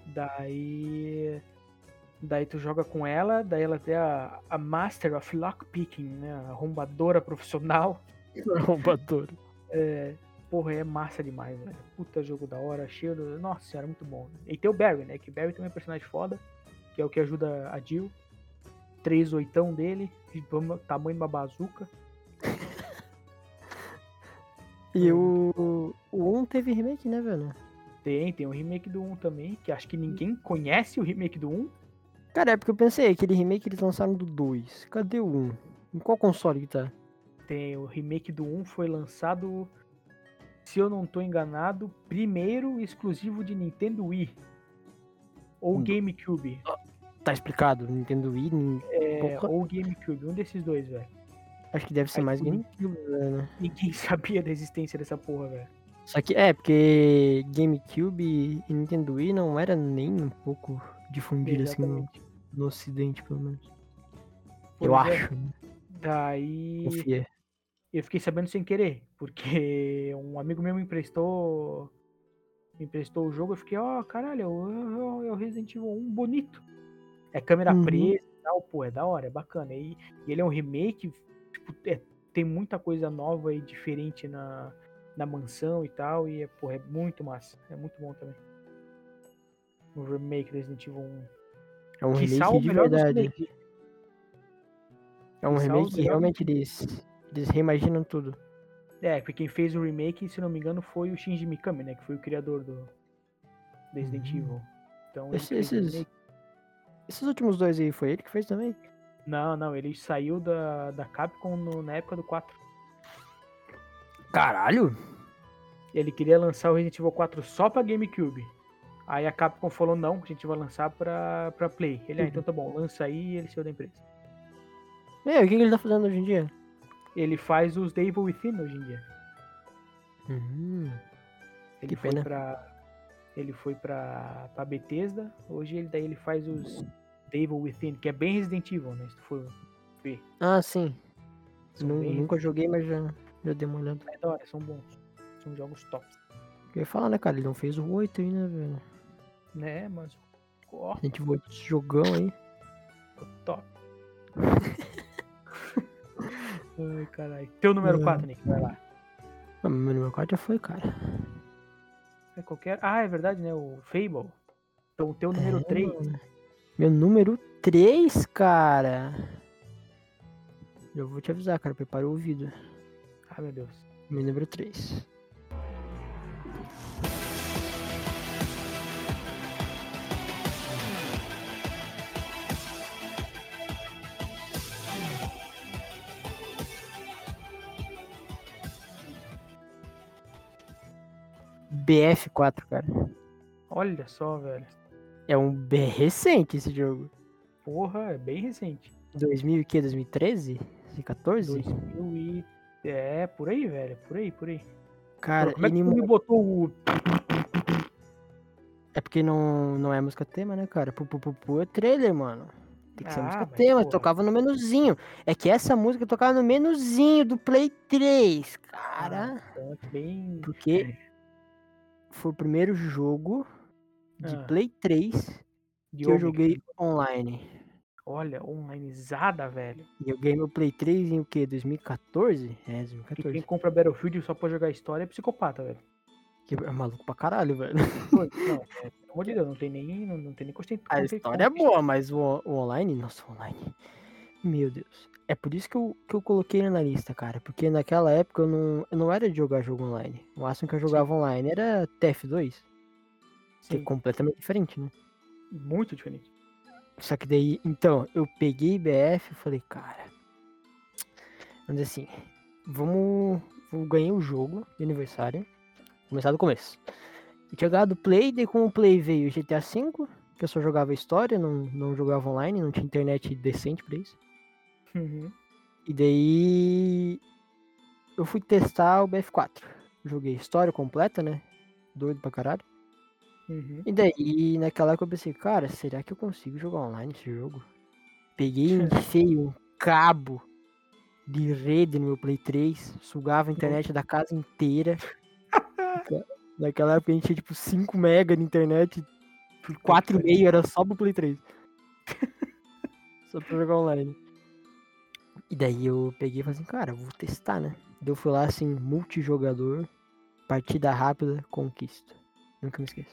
Daí tu joga com ela, daí ela tem a Master of Lockpicking, né? A arrombadora profissional. Arrombador. Porra, é massa demais, velho. Puta jogo da hora, cheiro. Nossa senhora, muito bom. E tem o Barry, né? Que o Barry também é um personagem foda, que é o que ajuda a Jill. 3 oitão dele, tamanho de uma bazuca. E o 1 teve remake, né, velho? Tem um remake do 1 também, que acho que ninguém conhece o remake do 1. Cara, é porque eu pensei, aquele remake eles lançaram do 2. Cadê o 1? Em qual console que tá? Tem o remake do 1, foi lançado, se eu não tô enganado, primeiro exclusivo de Nintendo Wii. Ou GameCube. Tá explicado, Nintendo Wii. Porra. Ou GameCube, um desses dois, velho. Acho que deve ser Aí, mais tipo, GameCube, né? Ninguém sabia da existência dessa porra, velho. Só que porque GameCube e Nintendo Wii não era nem um pouco difundido assim Exatamente. no ocidente, pelo menos. Pois eu é. acho, né? Daí Confia. eu fiquei sabendo sem querer, porque um amigo meu me emprestou o jogo, eu fiquei, caralho, é o Resident Evil 1 bonito. É câmera Uhum. presa e tal, pô, é da hora, é bacana. E ele é um remake, tipo, tem muita coisa nova e diferente na mansão e tal, e é muito massa, é muito bom também. O remake do Resident Evil 1. É um Quiçá remake o de melhor dos verdade. três. É um Quiçá remake os que melhores realmente eles reimaginam tudo. porque quem fez o remake, se não me engano, foi o Shinji Mikami, né? Que foi o criador do Resident Evil. Então ele fez o remake. Esses últimos dois aí, foi ele que fez também? Não, ele saiu da Capcom na época do 4. Caralho! Ele queria lançar o Resident Evil 4 só pra GameCube. Aí a Capcom falou, não, a gente vai lançar pra Play. Ele, então tá bom, lança aí, e ele saiu da empresa. O que ele tá fazendo hoje em dia? Ele faz os The Evil Within hoje em dia. Que pena. Ele foi pra Bethesda, hoje ele faz os The Evil Within, que é bem Resident Evil, né, se tu for ver. Ah, sim. São Nunca joguei, mas já dei uma olhada. É da hora, são bons. São jogos top. Eu ia falar, né, cara? Ele não fez o 8 aí, né, velho? Né, mas... A gente voou esse jogão aí. Top. Ai, caralho. Teu número 4, Nick, vai lá. Meu número 4 já foi, cara. É qualquer... é verdade, né, o Fable. Então o teu número 3. Mano. Meu número 3, cara. Eu vou te avisar, cara. Prepara o ouvido. Ai, meu Deus. Meu número 3. BF4, cara. Olha só, velho. É um bem recente esse jogo. Porra, é bem recente. 2000 e quê? 2013? 2014? 2000 e... por aí, velho. Por aí. Cara, Como é que tu me botou o... É porque não é música tema, né, cara? É trailer, mano. Tem que ser música mas, tema, porra. tocava no menuzinho. É que essa música tocava no menuzinho do Play 3, cara. Então é bem... Porque foi o primeiro jogo de Play 3 que eu joguei online. Olha, onlineizada, velho. E eu ganhei meu Play 3 em o quê? 2014? É, 2014. Que quem compra Battlefield só pra jogar história é psicopata, velho. Que é maluco pra caralho, velho. Não, pelo amor de Deus, não tem nem constante. A história é boa, mas o online, nossa, o online. Meu Deus. É por isso que eu coloquei ele na lista, cara. Porque naquela época eu não era de jogar jogo online. O máximo que eu jogava online era TF2. Que é Sim, completamente diferente, né? muito diferente. Só que daí, então, eu peguei BF e falei, cara. Vamos dizer assim. Eu ganhei o jogo de aniversário. Começar do começo. Eu tinha ganhado o Play, daí com o Play veio o GTA V, que eu só jogava história, não jogava online, não tinha internet decente pra isso. Uhum. E daí eu fui testar o BF4. Joguei história completa, né? Doido pra caralho. Uhum. E daí naquela época eu pensei, cara, será que eu consigo jogar online esse jogo? Peguei e enfiei cabo de rede no meu Play 3, sugava a internet da casa inteira. Naquela época a gente tinha tipo 5 mega de internet, 4,5 era só pro Play 3. Só pra jogar online. E daí eu peguei e falei assim, cara, vou testar, né? Daí eu fui lá assim, multijogador, partida rápida, conquista. Nunca me esqueço.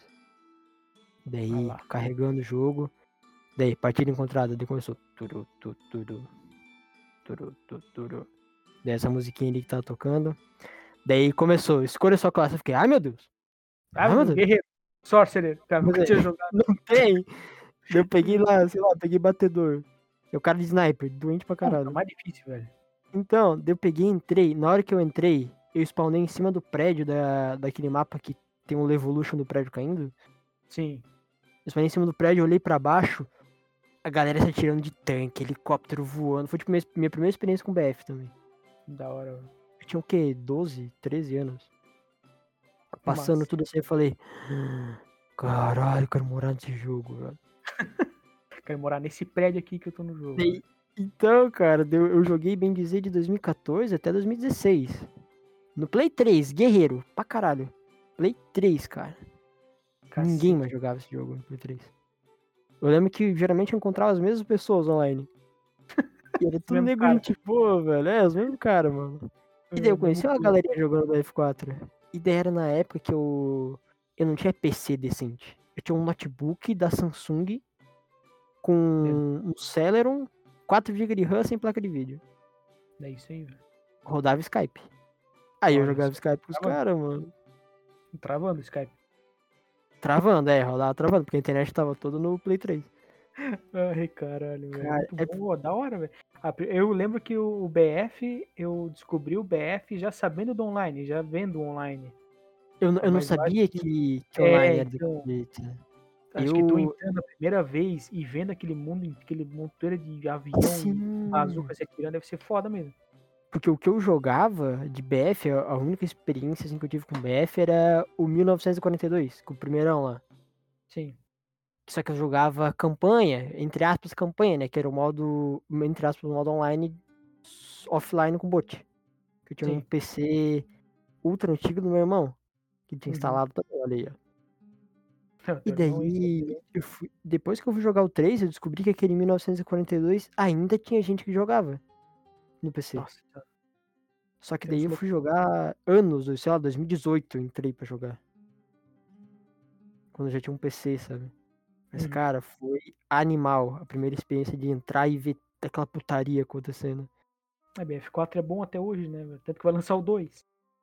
Daí, carregando o jogo. Daí, partida encontrada, daí começou. Turu, tu, turu. Turu, tu, turu. Daí essa musiquinha ali que tava tocando. Daí começou, escolha sua classe. Eu fiquei, ai meu Deus. Ah, meu guerreiro. Sorcerer. Cara, nunca tinha jogado. Não tem. Daí eu peguei lá, sei lá, peguei batedor. É o cara de sniper, doente pra caralho. É mais difícil, velho. Então, daí eu peguei e entrei. Na hora que eu entrei, eu spawnei em cima do prédio daquele mapa que tem um Levolution do prédio caindo. Sim. Eu spawnei em cima do prédio, olhei pra baixo. A galera se atirando de tanque, helicóptero voando. Foi tipo minha primeira experiência com BF também. Da hora, velho. Eu tinha o quê? 12, 13 anos. Passando tudo assim, eu falei... Caralho, quero morar nesse jogo, velho. Quero morar nesse prédio aqui que eu tô no jogo. Então, cara, eu joguei, bem dizer, de 2014 até 2016. No Play 3, guerreiro, pra caralho. Play 3, cara. Cacete. Ninguém mais jogava esse jogo no Play 3. Eu lembro que geralmente eu encontrava as mesmas pessoas online. E era tudo nego gente boa, velho. É, os mesmos caras, mano. E daí eu conheci uma galerinha jogando no F4. E daí era na época que eu não tinha PC decente. Eu tinha um notebook da Samsung com um Celeron, 4 GB de RAM sem placa de vídeo. É isso aí, velho. Rodava Skype. Aí eu Olha jogava isso. Skype com os caras, mano. Travando o Skype. Travando, rodava travando, porque a internet tava toda no Play 3. Ai, caralho, velho. Cara, Muito bom, da hora, velho. Eu lembro que o BF, eu descobri o BF já sabendo do online, já vendo online. Eu não Mas eu sabia acho que online era então, daquele jeito. acho que tu entrando a primeira vez e vendo aquele mundo, aquele monteiro de avião Sim. e bazuca se atirando, deve ser foda mesmo. Porque o que eu jogava de BF, a única experiência assim, que eu tive com BF era o 1942, com o primeirão lá. Sim. Só que eu jogava campanha, entre aspas, campanha, né? Que era o modo, entre aspas, o modo online offline com bot. Que eu tinha um PC ultra antigo do meu irmão, que tinha instalado também, olha aí, ó. E daí, depois que eu fui jogar o 3, eu descobri que aquele 1942 ainda tinha gente que jogava no PC. Nossa, Só que daí eu fui jogar anos, sei lá, 2018 eu entrei pra jogar. Quando eu já tinha um PC, sabe? Mas, cara, foi animal a primeira experiência de entrar e ver aquela putaria acontecendo. A BF4 é bom até hoje, né? Tanto que vai lançar o 2.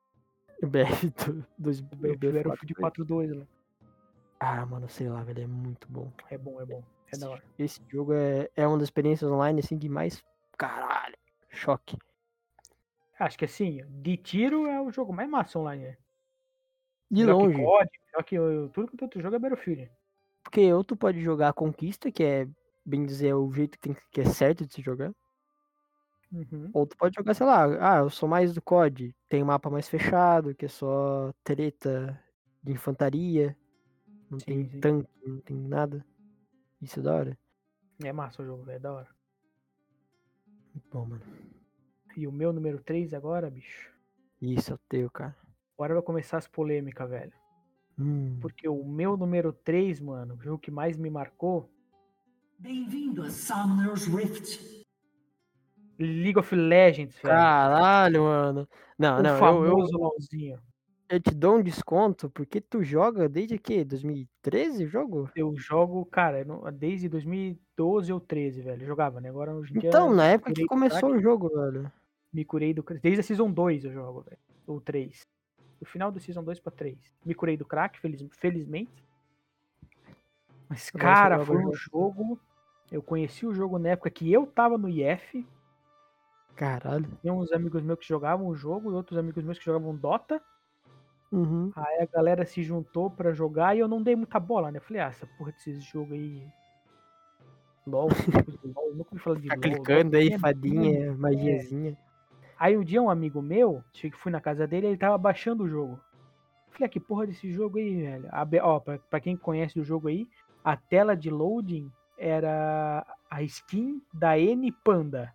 O BF O BF era o de 4.2 lá. Ah, mano, sei lá, velho, é muito bom. É bom. É da hora. Esse jogo é uma das experiências online, assim, que mais... Caralho, choque. Acho que assim, de tiro é o jogo mais massa online, né? De longe. Que COD, só que tudo que outro jogo é Battlefield. Porque ou tu pode jogar a Conquista, que é, bem dizer, o jeito que é certo de se jogar. Ou tu pode jogar, sei lá, eu sou mais do COD, tem um mapa mais fechado, que é só treta de infantaria, não tem tanque, não tem nada. Isso é da hora. É massa o jogo, é da hora. Muito bom, mano. E o meu número 3 agora, bicho? Isso é o teu, cara. Agora vai começar as polêmicas, velho. Porque o meu número 3, mano, o jogo que mais me marcou... Bem-vindo a Summoner's Rift. League of Legends, velho. Caralho, mano. Não, o famoso LOLzinho. Eu te dou um desconto porque tu joga desde que? 2013 o jogo? Eu jogo, cara, desde 2012 ou 13, velho. Eu jogava, né? Agora hoje em dia. Então, na época que começou o jogo, velho. Me curei do crack. Desde a Season 2 eu jogo, velho. Ou 3. Do final da Season 2 pra 3. Me curei do crack, felizmente. Mas, cara, foi um jogo. Eu conheci o jogo na época que eu tava no IF. Caralho. Tinha uns amigos meus que jogavam o jogo e outros amigos meus que jogavam Dota. Uhum. Aí a galera se juntou pra jogar e eu não dei muita bola, né? Eu falei, essa porra desse jogo aí. LOL, nunca me falando de Ficar LOL. clicando aí, fadinha, magiazinha. Aí um dia um amigo meu, fui na casa dele, ele tava baixando o jogo. Eu falei, que porra desse jogo aí, velho? Pra quem conhece o jogo aí, a tela de loading era a skin da N Panda.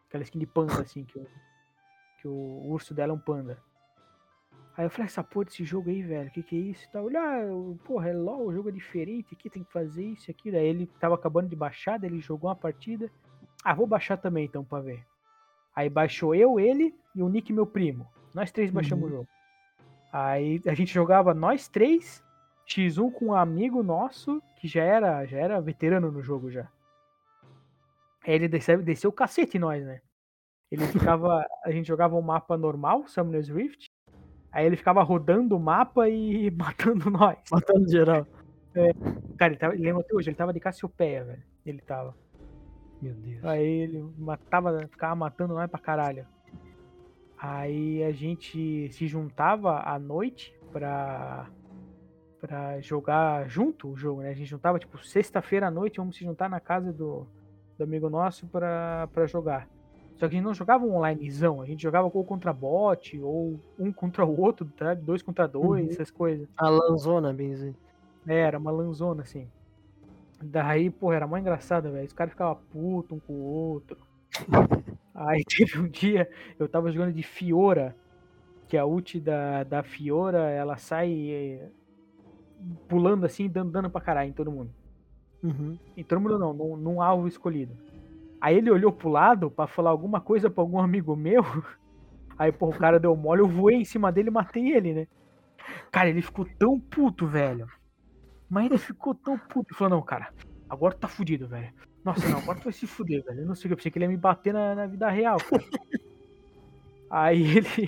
Aquela skin de panda, assim, que o urso dela é um panda. Aí eu falei, essa porra desse jogo aí, velho, que é isso e tal? Olha, porra, é LOL, o jogo é diferente aqui, tem que fazer isso e aquilo. Aí ele tava acabando de baixar, daí ele jogou uma partida. Ah, vou baixar também então pra ver. Aí baixou eu, ele e o Nick, meu primo. Nós três baixamos o jogo. Aí a gente jogava nós três, X1 com um amigo nosso, que já era veterano no jogo já. Aí ele desceu o cacete em nós, né? Ele ficava. A gente jogava um mapa normal, Summoner's Rift. Aí ele ficava rodando o mapa e matando nós. Matando geral. Cara, lembra até hoje, ele tava de Cassiopeia, velho. Ele tava. Meu Deus. Aí ele ficava matando nós pra caralho. Aí a gente se juntava à noite pra jogar junto o jogo, né? A gente juntava, tipo, sexta-feira à noite, vamos se juntar na casa do amigo nosso pra jogar. Só que a gente não jogava um onlinezão, a gente jogava ou contra bot, ou um contra o outro, tá? 2 contra 2, essas coisas. A lanzona, bem assim. Era uma lanzona, assim. Daí, porra, era mó engraçado, velho. Os caras ficavam putos um com o outro. Aí teve um dia, eu tava jogando de Fiora, que a ult da Fiora, ela sai pulando assim, dando dano pra caralho em todo mundo. Em todo mundo não, num alvo escolhido. Aí ele olhou pro lado pra falar alguma coisa pra algum amigo meu. Aí, pô, o cara deu mole, eu voei em cima dele e matei ele, né? Cara, ele ficou tão puto, velho. Mas ele ficou tão puto. Ele falou, não, cara, agora tu tá fudido, velho. Nossa, não, agora tu vai se fuder, velho. Eu não sei o que, eu pensei que ele ia me bater na vida real, pô. Aí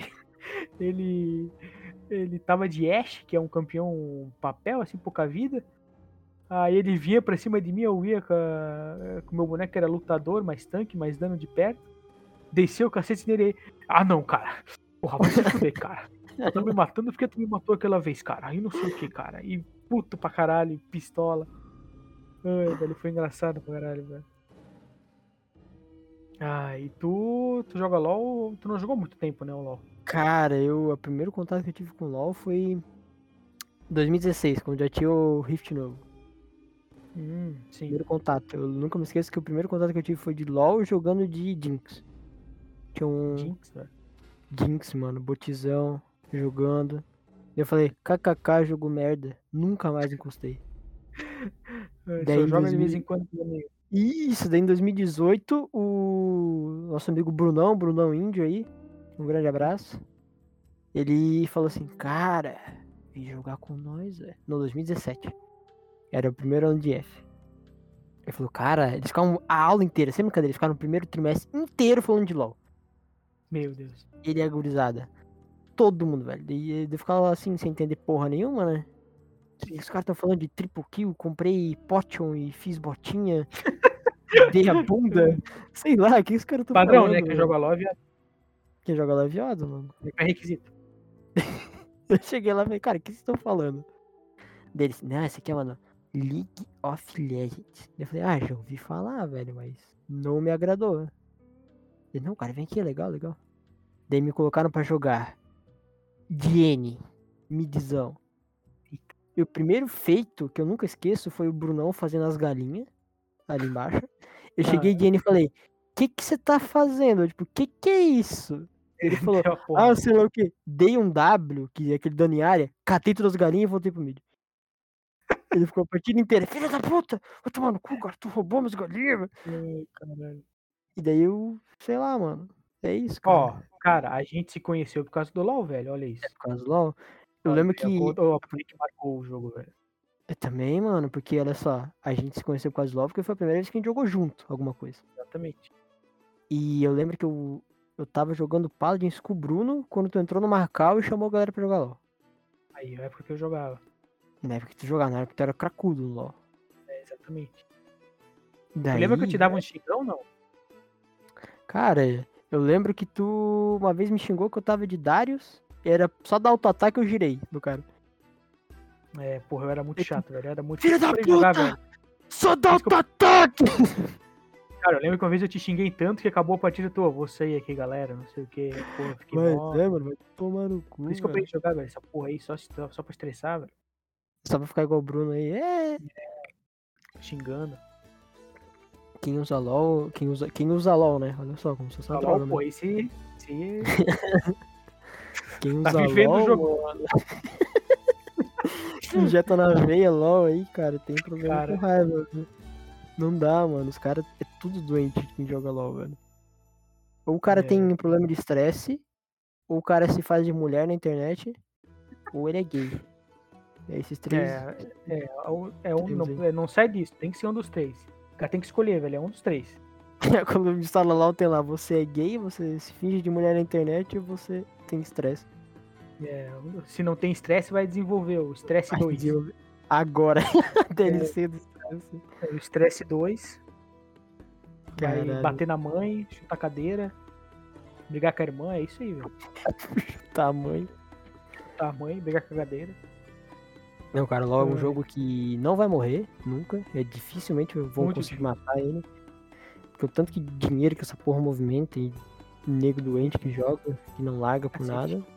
ele tava de Ashe, que é um campeão papel, assim, pouca vida. Aí ele vinha pra cima de mim, eu ia com o meu boneco que era lutador, mais tanque, mais dano de perto. Desceu o cacete nele. Ah, não, cara. Porra, vai se fuder, cara. Tá me matando porque tu me matou aquela vez, cara. Aí não sei o que, cara. E puto pra caralho, pistola. Ai, velho, foi engraçado pra caralho, velho. Ah, e tu joga LOL, tu não jogou muito tempo, né, o LOL? Cara, o primeiro contato que eu tive com o LoL foi em 2016, quando já tinha o Rift novo. Sim. Primeiro contato. Eu nunca me esqueço que o primeiro contato que eu tive foi de LoL jogando de Jinx. Tinha um Jinx, velho. Jinx, mano, botizão, jogando. Eu falei, kkk, jogo merda. Nunca mais encostei. Daí Só em joga de 2000 vez em quando com amigo. Isso, daí em 2018, o nosso amigo Brunão Índio aí, um grande abraço. Ele falou assim, cara, vem jogar com nós, velho. No 2017. Era o primeiro ano de F. Ele falou, cara, eles ficaram a aula inteira, sem brincadeira, eles ficaram no primeiro trimestre inteiro falando de LoL. Meu Deus. Ele é a gurizada. Todo mundo, velho. E eu ficava assim, sem entender porra nenhuma, né? E os caras estão falando de triple kill, comprei potion e fiz botinha, dei a bunda. Sei lá, o que os caras estão falando? Padrão, né? Quem velho? joga LOL é viado. Quem joga lá é viado, mano. É requisito. Eu cheguei lá e falei, cara, o que vocês estão falando? Deles, não, esse aqui é, mano, League of Legends. Eu falei, já ouvi falar, velho, mas não me agradou. Ele, não, cara, vem aqui, legal. Daí me colocaram pra jogar Diene, midzão. E o primeiro feito que eu nunca esqueço foi o Brunão fazendo as galinhas ali embaixo. Eu cheguei Diene e falei, que você tá fazendo? Tipo, que é isso? Ele falou, Deu a porra. sei lá o que. Dei um W, que é aquele dano em área, catei todas as galinhas e voltei pro mid. Ele ficou a partida inteira, filha da puta, vai tomar no cu, cara, tu roubou minhas galinhas. Ai, caralho. E daí eu, sei lá, mano. É isso, cara. Ó, cara, a gente se conheceu por causa do LoL, velho. Olha isso. Por causa do LoL. Eu Olha, lembro velho, que. a polícia que marcou o jogo, velho. Eu também, mano, porque olha só, a gente se conheceu por causa do LoL porque foi a primeira vez que a gente jogou junto alguma coisa. Exatamente. E eu lembro que eu tava jogando Paladins com o Bruno quando tu entrou no Marcal e chamou a galera pra jogar LoL. Aí, é porque eu jogava. Na época que tu jogava, na época que tu era cracudo no LoL. É, exatamente. Daí, Tu lembra que eu te dava um xingão, não? Cara, eu lembro que tu uma vez me xingou que eu tava de Darius. Era só dar auto-ataque e eu girei do cara. É, porra, eu era muito chato, velho. Eu era muito Filho chato da pra puta! jogar, velho. Só dá Por isso que eu- auto-ataque! Cara, eu lembro que uma vez eu te xinguei tanto que acabou a partida tua. Vou sair aqui, galera. Não sei o que. Porra, fiquei mó. Mas mano, vai tomar no cu. Por isso que eu velho. peguei jogar, velho. Essa porra aí só pra estressar, velho. Só pra ficar igual o Bruno aí. Xingando. Quem usa LOL, quem usa LOL, né? Olha só como você Tá sabe lá, droga, pô, né? esse Quem tá usa vivendo o LOL, jogo. mano, injeta na veia LOL aí, cara, tem problema com Cara, raiva, viu? Não dá, mano. Os caras é tudo doente quem joga LOL, velho. Ou o cara tem problema de estresse, ou o cara se faz de mulher na internet, ou ele é gay. É esses três não, extremos aí. não sai disso, tem que ser um dos três. O cara tem que escolher, velho, é um dos três. Quando instala LOL, tem lá, você é gay, você se finge de mulher na internet ou você tem estresse. Se não tem estresse, vai desenvolver o estresse 2. Agora, DLC do estresse. O estresse 2 vai Caralho. bater na mãe, chutar a cadeira, brigar com a irmã, é isso aí, velho. Tamanho. Chutar a mãe, brigar com a cadeira. Não, cara, LOL é um jogo que não vai morrer, nunca. Dificilmente vão Muito conseguir difícil. matar ele. Porque o tanto que dinheiro que essa porra movimenta e nego doente que joga, que não larga por Cacete. nada.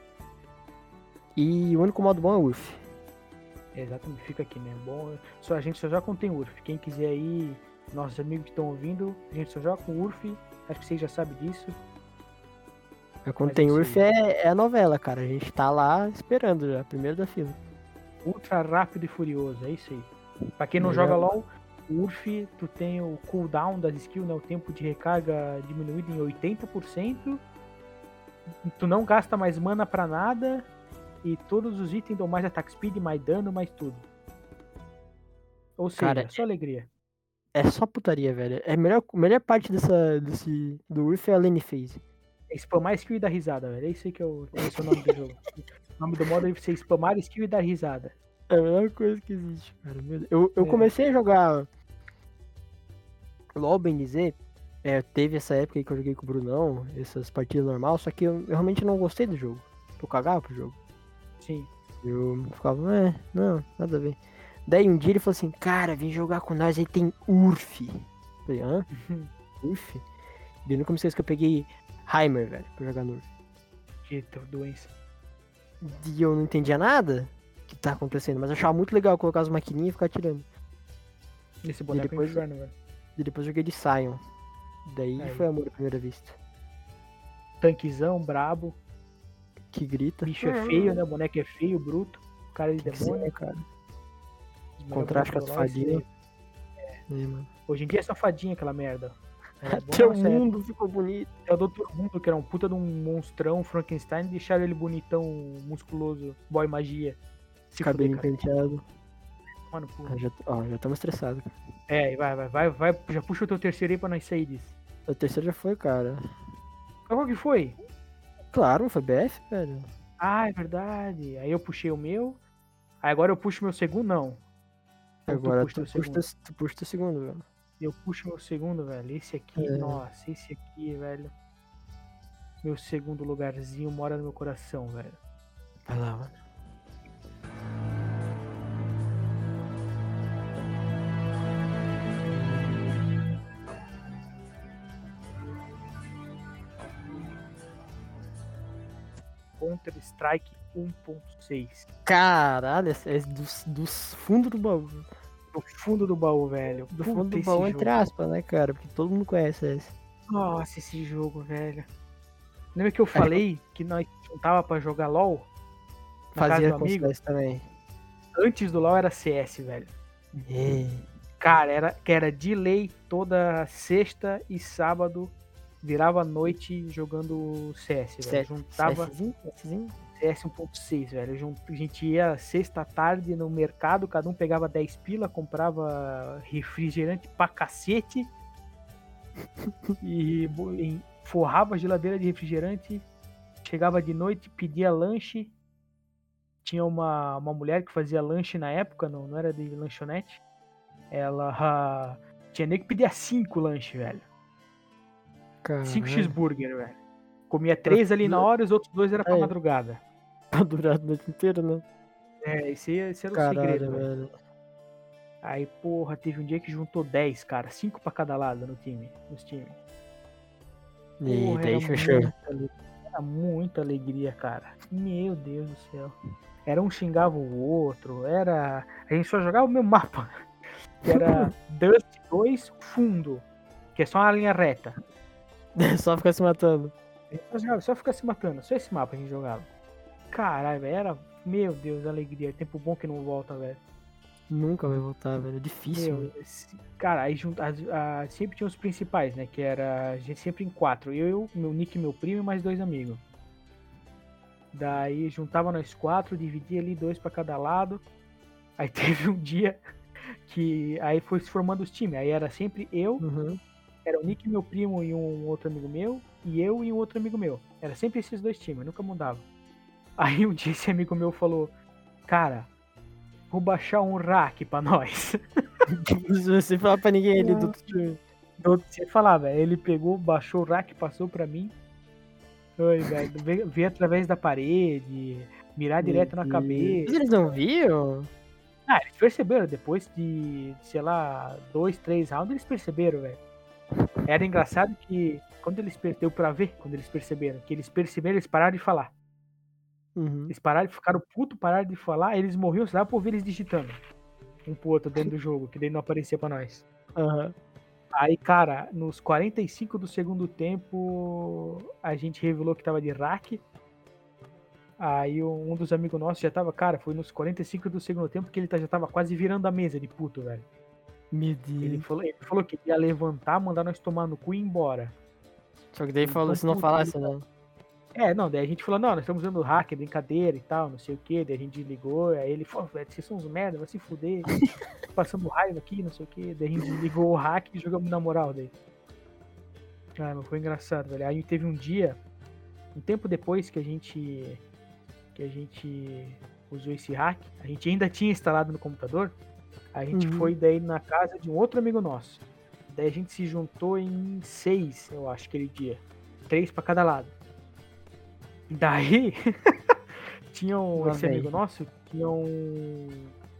E o único modo bom é o URF. Exatamente, fica aqui, né? Bom, a gente só joga com tem URF. Quem quiser aí, nossos amigos que estão ouvindo, a gente só joga com URF. Acho que vocês já sabem disso. Quando Mas tem é isso URF é a novela, cara. A gente tá lá esperando já, primeiro da fila. Ultra rápido e furioso, é isso aí. Pra quem não Melhor. joga LOL, o URF, tu tem o cooldown das skills, né? O tempo de recarga diminuído em 80%. Tu não gasta mais mana pra nada. E todos os itens dão mais attack speed, mais dano, mais tudo. Ou seja, Cara, só alegria. É só putaria, velho. A melhor parte do URF é a lane phase. É spamar skill e dar risada, velho. É isso aí que esse é o nome do jogo. O nome do modo é você spamar skill e dar risada. É a melhor coisa que existe, cara. Eu comecei a jogar LOL, bem dizer. Teve essa época aí que eu joguei com o Brunão, essas partidas normal, só que eu realmente não gostei do jogo. Eu cagava pro jogo. Sim. Eu ficava, não, nada a ver. Daí um dia ele falou assim, cara, vem jogar com nós, aí tem URF. Eu falei, hã? URF? Daí no começo que eu peguei Heimer, velho, pra jogar no URF. Eita, doença. E eu não entendia nada que tá acontecendo, mas eu achava muito legal colocar as maquininhas e ficar atirando. Esse boneco é depois- inferno, velho. E depois eu joguei de Sion. Daí Aí. foi amor à primeira vista. Tanquezão, brabo. Que grita. Bicho é feio, né? O boneco é feio, bruto. Cara de Tem que ser, demônio. né, cara? Os melhores Contraste com as bonecos do LoL, fadinhas. Mano. Hoje em dia é só fadinha aquela merda. É bom Até o nessa época. mundo ficou bonito. É o Dr. Mundo, que era um puta de um monstrão, Frankenstein, e deixaram ele bonitão, musculoso, boy magia. Se Cabelo fuder, cara. penteado. Mano, pô. Já estamos estressados. Vai, já puxa o teu terceiro aí pra nós sair disso. O terceiro já foi, cara. Qual que foi? Claro, não foi BF, velho. Ah, é verdade. Aí eu puxei o meu. Aí agora eu puxo meu segundo, não. Ou Agora puxa teu tu segundo. puxa teu segundo, velho. Eu puxo meu segundo, velho. Esse aqui, É. nossa, esse aqui, velho. Meu segundo lugarzinho mora no meu coração, velho. Vai lá, mano. Counter-Strike 1.6. Caralho, é dos fundos do baú. Do fundo do baú, velho. Do Puta, fundo do esse baú, jogo. entre aspas, né, cara? Porque todo mundo conhece esse. Nossa, esse jogo, velho. Lembra que eu falei que nós juntava pra jogar LOL? Na casa Fazia do com amigo? CS também. Antes do LOL era CS, velho. Cara, era de lei toda sexta e sábado. Virava noite jogando CS, velho. Juntava CSzinho? CS 1.6, velho. A gente ia sexta tarde no mercado, cada um pegava 10 pila, comprava refrigerante pra cacete e forrava a geladeira de refrigerante. Chegava de noite, pedia lanche. Tinha uma mulher que fazia lanche na época, não era de lanchonete. Ela tinha nem que pedir 5 lanches, velho. 5 cheeseburger, velho. Comia 3 ali na hora e os outros 2 era pra Aí. madrugada. Pra durar a noite inteira, né? Esse era o Caralho, segredo, velho. velho. Aí, porra, teve um dia que juntou 10, cara. 5 pra cada lado nos times. E Porra, daí fechou. Era muita alegria, cara. Meu Deus do céu. Era um xingava o outro, a gente só jogava o mesmo mapa. que era Dust 2 fundo, que é só uma linha reta. Só ficar se matando. Só ficar se matando, só esse mapa a gente jogava. Caralho, velho, era, meu Deus, alegria, tempo bom que não volta, velho. Nunca vai voltar, velho. É difícil. Meu, cara, aí sempre tinha os principais, né? Que era a gente sempre em 4. Eu, meu Nick, meu primo e mais 2 amigos. Daí juntava nós 4, dividia ali 2 pra cada lado. Aí teve um dia que aí foi se formando os times. Aí era sempre eu, Uhum. era o Nick, meu primo e um outro amigo meu, e eu e um outro amigo meu. Era sempre esses 2 times, nunca mudava. Aí um dia esse amigo meu falou, cara, vou baixar um rack pra nós. Se você falar pra ninguém ali do outro time. Você falava, ele pegou, baixou o rack, passou pra mim. Oi, velho, ver através da parede, mirar direto na Mas cabeça. eles não viam? Ah, eles perceberam, depois de, sei lá, 2, 3 rounds, eles perceberam, velho. Era engraçado que, quando eles deu pra ver, quando eles perceberam, eles pararam de falar. Uhum. Eles pararam, ficaram putos, pararam de falar, eles morriam, só dava pra ouvir eles digitando um pro outro dentro do jogo, que daí não aparecia pra nós. Aham. Aí, cara, nos 45 do segundo tempo, a gente revelou que tava de rack. Aí um dos amigos nossos já tava, cara, foi nos 45 do segundo tempo que ele já tava quase virando a mesa de puto, velho. Meu Deus. Ele falou que ia levantar, mandar nós tomar no cu e ir embora. Só que daí falou, se não puto, falasse, não. Não, daí a gente falou, não, nós estamos usando hack, brincadeira e tal, não sei o que, daí a gente ligou, aí ele falou, velho, vocês são uns merda, vai se fuder, passando raiva aqui, não sei o que, daí a gente ligou o hack e jogamos na moral daí. Ah, mas foi engraçado, velho. Aí teve um dia, um tempo depois que a gente usou esse hack, a gente ainda tinha instalado no computador, a gente foi daí na casa de um outro amigo nosso. Daí a gente se juntou em 6, eu acho, aquele dia. 3 pra cada lado. Daí, tinha esse amigo nosso, tinha um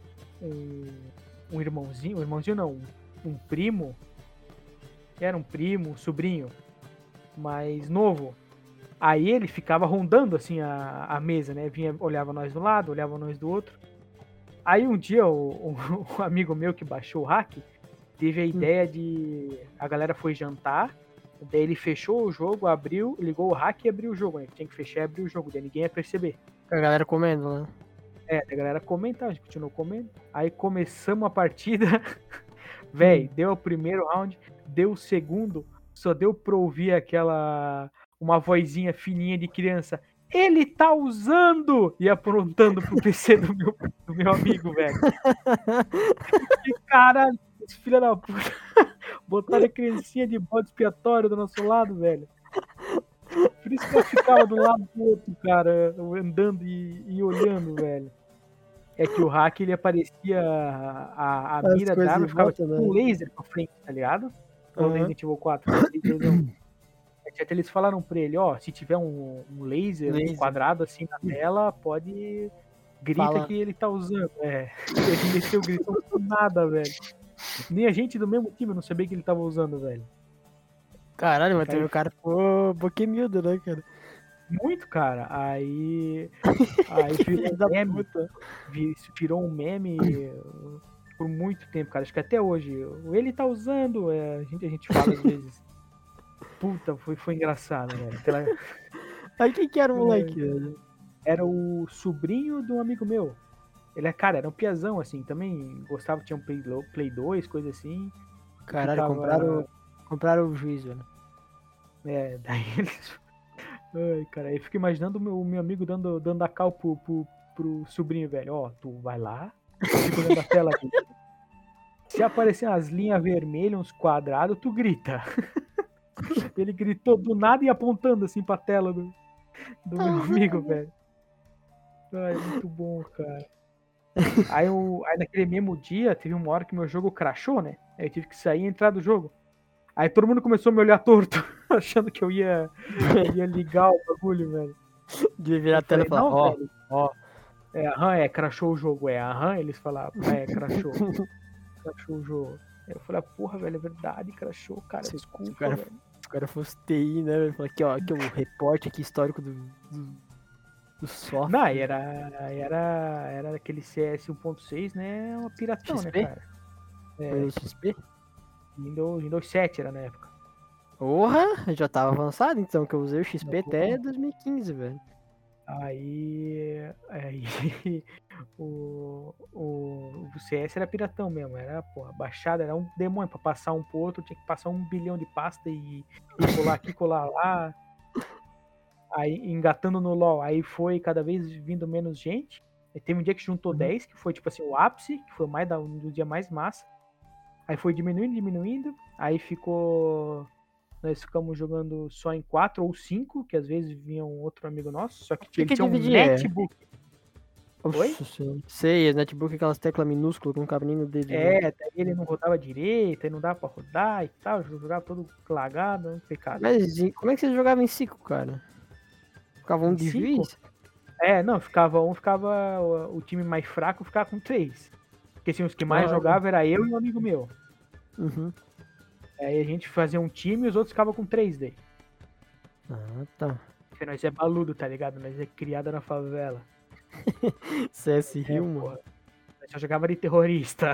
irmãozinho não, um primo, era um primo, um sobrinho, mais novo. Aí ele ficava rondando assim a mesa, né? Olhava nós do lado, olhava nós do outro. Aí um dia um amigo meu que baixou o hack teve a ideia de... A galera foi jantar, daí ele fechou o jogo, abriu, ligou o hack e abriu o jogo, né? Tinha que fechar e abrir o jogo, daí ninguém ia perceber. A galera comendo, né? A galera comentava, a gente continuou comendo. Aí começamos a partida, véi, deu o primeiro round, deu o segundo, só deu pra ouvir uma vozinha fininha de criança. Ele tá usando! E aprontando pro PC do meu amigo, velho. Que caralho, esse filho da puta. Botaram a criancinha de bode expiatório do nosso lado, velho. Por isso que eu ficava de um lado do outro, cara, andando e olhando, velho. É que o hack, ele aparecia, a mira da arma ficava tipo um laser pra frente, tá ligado? No Resident Evil 4. Até eles falaram pra ele, ó, se tiver um laser quadrado assim na tela, pode... Grita que ele tá usando. Ele meteu gritando por nada, velho. Nem a gente do mesmo time não sabia que ele tava usando, velho. Caralho, mas teve o cara ficou boquemildo, né, cara? Muito, cara. Aí virou um meme por muito tempo, cara. Acho que até hoje. Ele tá usando, a gente fala às vezes. Puta, foi engraçado, velho. Aí quem que era o moleque, velho? Era o sobrinho de um amigo meu. Ele era um piazão, assim, também gostava, tinha um Play 2, coisa assim. Caralho, compraram o juiz, velho. Daí eles... Ai, cara, aí eu fico imaginando o meu amigo dando a cal pro sobrinho, velho. Ó, tu vai lá, fica olhando a tela aqui. Se aparecer umas linhas vermelhas, uns quadrados, tu grita. Ele gritou do nada e apontando assim pra tela do meu amigo, velho. Ai, muito bom, cara. Aí naquele mesmo dia, teve uma hora que meu jogo crashou, né? Aí eu tive que sair e entrar do jogo. Aí todo mundo começou a me olhar torto, achando que eu ia ligar o bagulho, velho. De virar a tela e falar, ó. Crashou o jogo, eles falavam, crashou. Crashou o jogo. Aí eu falei, porra, velho, é verdade, crashou, cara, desculpa, velho. Se o cara fosse TI, né, velho? Aqui, ó, aqui o reporte aqui histórico do software. Não, era aquele CS 1.6, né, uma piratão, XP? né, cara? Windows XP? Windows 7 era na época. Porra, já tava avançado então, que eu usei o XP até 2015, velho. Aí o CS era piratão mesmo, era, porra, baixada, era um demônio pra passar um pro outro, tinha que passar 1 bilhão de pasta e colar aqui, colar lá. Aí engatando no LoL, aí foi cada vez vindo menos gente. Aí teve um dia que juntou 10, que foi tipo assim, o ápice, que foi um dos dias mais massa. Aí foi diminuindo, aí nós ficamos jogando só em 4 ou 5, que às vezes vinha um outro amigo nosso, só que ele tinha um netbook. Oi? Sei, as netbook, aquelas teclas minúsculas com um cabinho no dedo. Daí ele não rodava direito, aí não dava pra rodar e tal, jogava todo lagado, pecado. Mas como é que você jogava em 5, cara? Ficava um Em de 5? juiz? Não, ficava o time mais fraco ficava com 3. Porque assim, os que mais jogavam era eu e um amigo meu. Uhum. Aí a gente fazia um time e os outros ficavam com 3 daí. Ah, tá. Porque nós é baludo, tá ligado? Nós é criada na favela. CS Rio, mano. Porra. Nós só jogava de terrorista.